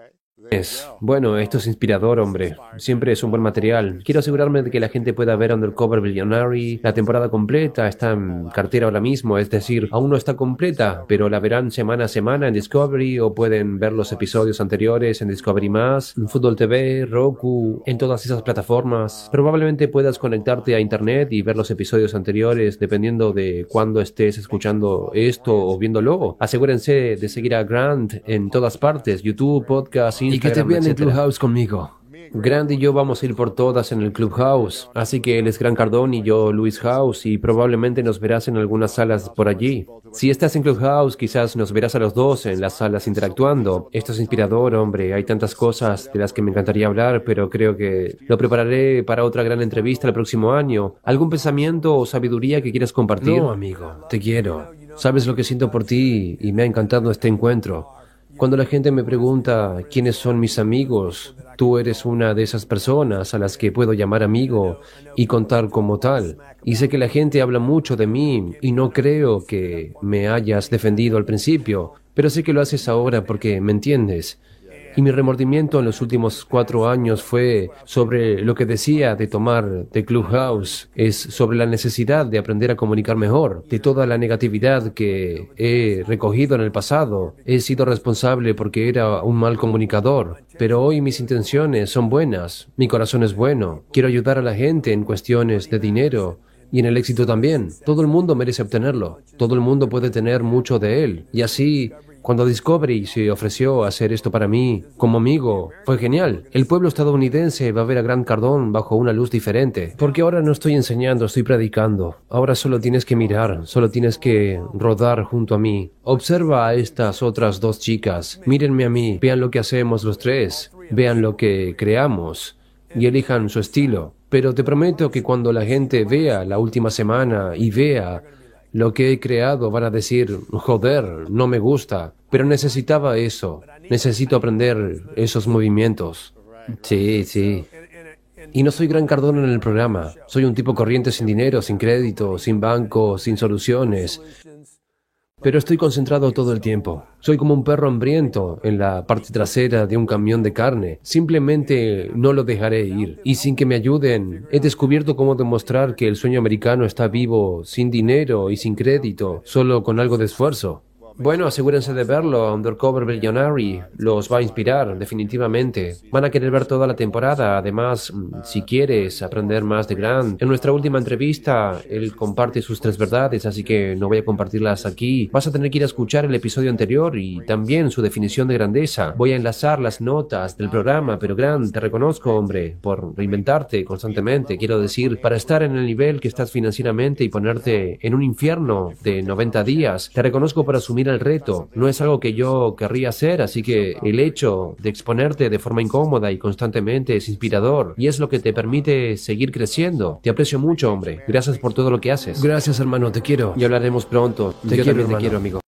Es, bueno, esto es inspirador, hombre. Siempre es un buen material. Quiero asegurarme de que la gente pueda ver Undercover Billionaire. La temporada completa está en cartera ahora mismo, es decir, aún no está completa, pero la verán semana a semana en Discovery o pueden ver los episodios anteriores en Discovery Más, en Fútbol T V, Roku, en todas esas plataformas. Probablemente puedas conectarte a internet y ver los episodios anteriores dependiendo de cuándo estés escuchando esto o viéndolo. Asegúrense de seguir a Grant en todas partes, YouTube, podcast, Instagram, Y que te vean en etcétera. Clubhouse conmigo. Grant y yo vamos a ir por todas en el Clubhouse, así que él es Gran Cardón y yo Luis House y probablemente nos verás en algunas salas por allí. Si estás en Clubhouse, quizás nos verás a los dos en las salas interactuando. Esto es inspirador, hombre, hay tantas cosas de las que me encantaría hablar, pero creo que lo prepararé para otra gran entrevista el próximo año. ¿Algún pensamiento o sabiduría que quieras compartir? No, amigo, te quiero. Sabes lo que siento por ti y me ha encantado este encuentro. Cuando la gente me pregunta quiénes son mis amigos, tú eres una de esas personas a las que puedo llamar amigo y contar como tal. Y sé que la gente habla mucho de mí y no creo que me hayas defendido al principio, pero sé que lo haces ahora porque me entiendes. Y mi remordimiento en los últimos cuatro años fue sobre lo que decía de tomar de Clubhouse, es sobre la necesidad de aprender a comunicar mejor, de toda la negatividad que he recogido en el pasado. He sido responsable porque era un mal comunicador, pero hoy mis intenciones son buenas, mi corazón es bueno, quiero ayudar a la gente en cuestiones de dinero. Y en el éxito también. Todo el mundo merece obtenerlo. Todo el mundo puede tener mucho de él. Y así, cuando Discovery se ofreció a hacer esto para mí, como amigo, fue genial. El pueblo estadounidense va a ver a Grant Cardone bajo una luz diferente. Porque ahora no estoy enseñando, estoy predicando. Ahora solo tienes que mirar, solo tienes que rodar junto a mí. Observa a estas otras dos chicas. Mírenme a mí, vean lo que hacemos los tres, vean lo que creamos y elijan su estilo. Pero te prometo que cuando la gente vea la última semana y vea lo que he creado, van a decir, joder, no me gusta. Pero necesitaba eso. Necesito aprender esos movimientos. Sí, sí. Y no soy Gran Cardón en el programa. Soy un tipo corriente sin dinero, sin crédito, sin banco, sin soluciones. Pero estoy concentrado todo el tiempo. Soy como un perro hambriento en la parte trasera de un camión de carne. Simplemente no lo dejaré ir. Y sin que me ayuden, he descubierto cómo demostrar que el sueño americano está vivo sin dinero y sin crédito, solo con algo de esfuerzo. Bueno, asegúrense de verlo, Undercover Billionaire. Los va a inspirar, definitivamente. Van a querer ver toda la temporada. Además, si quieres aprender más de Grant, en nuestra última entrevista, él comparte sus tres verdades, así que no voy a compartirlas aquí. Vas a tener que ir a escuchar el episodio anterior y también su definición de grandeza. Voy a enlazar las notas del programa, pero Grant, te reconozco, hombre, por reinventarte constantemente. Quiero decir, para estar en el nivel que estás financieramente y ponerte en un infierno de noventa días, te reconozco por asumir el reto. No es algo que yo querría hacer, así que el hecho de exponerte de forma incómoda y constantemente es inspirador y es lo que te permite seguir creciendo. Te aprecio mucho, hombre. Gracias por todo lo que haces. Gracias, hermano, te quiero. Y hablaremos pronto. Te Yo quiero, también te hermano. quiero, amigo.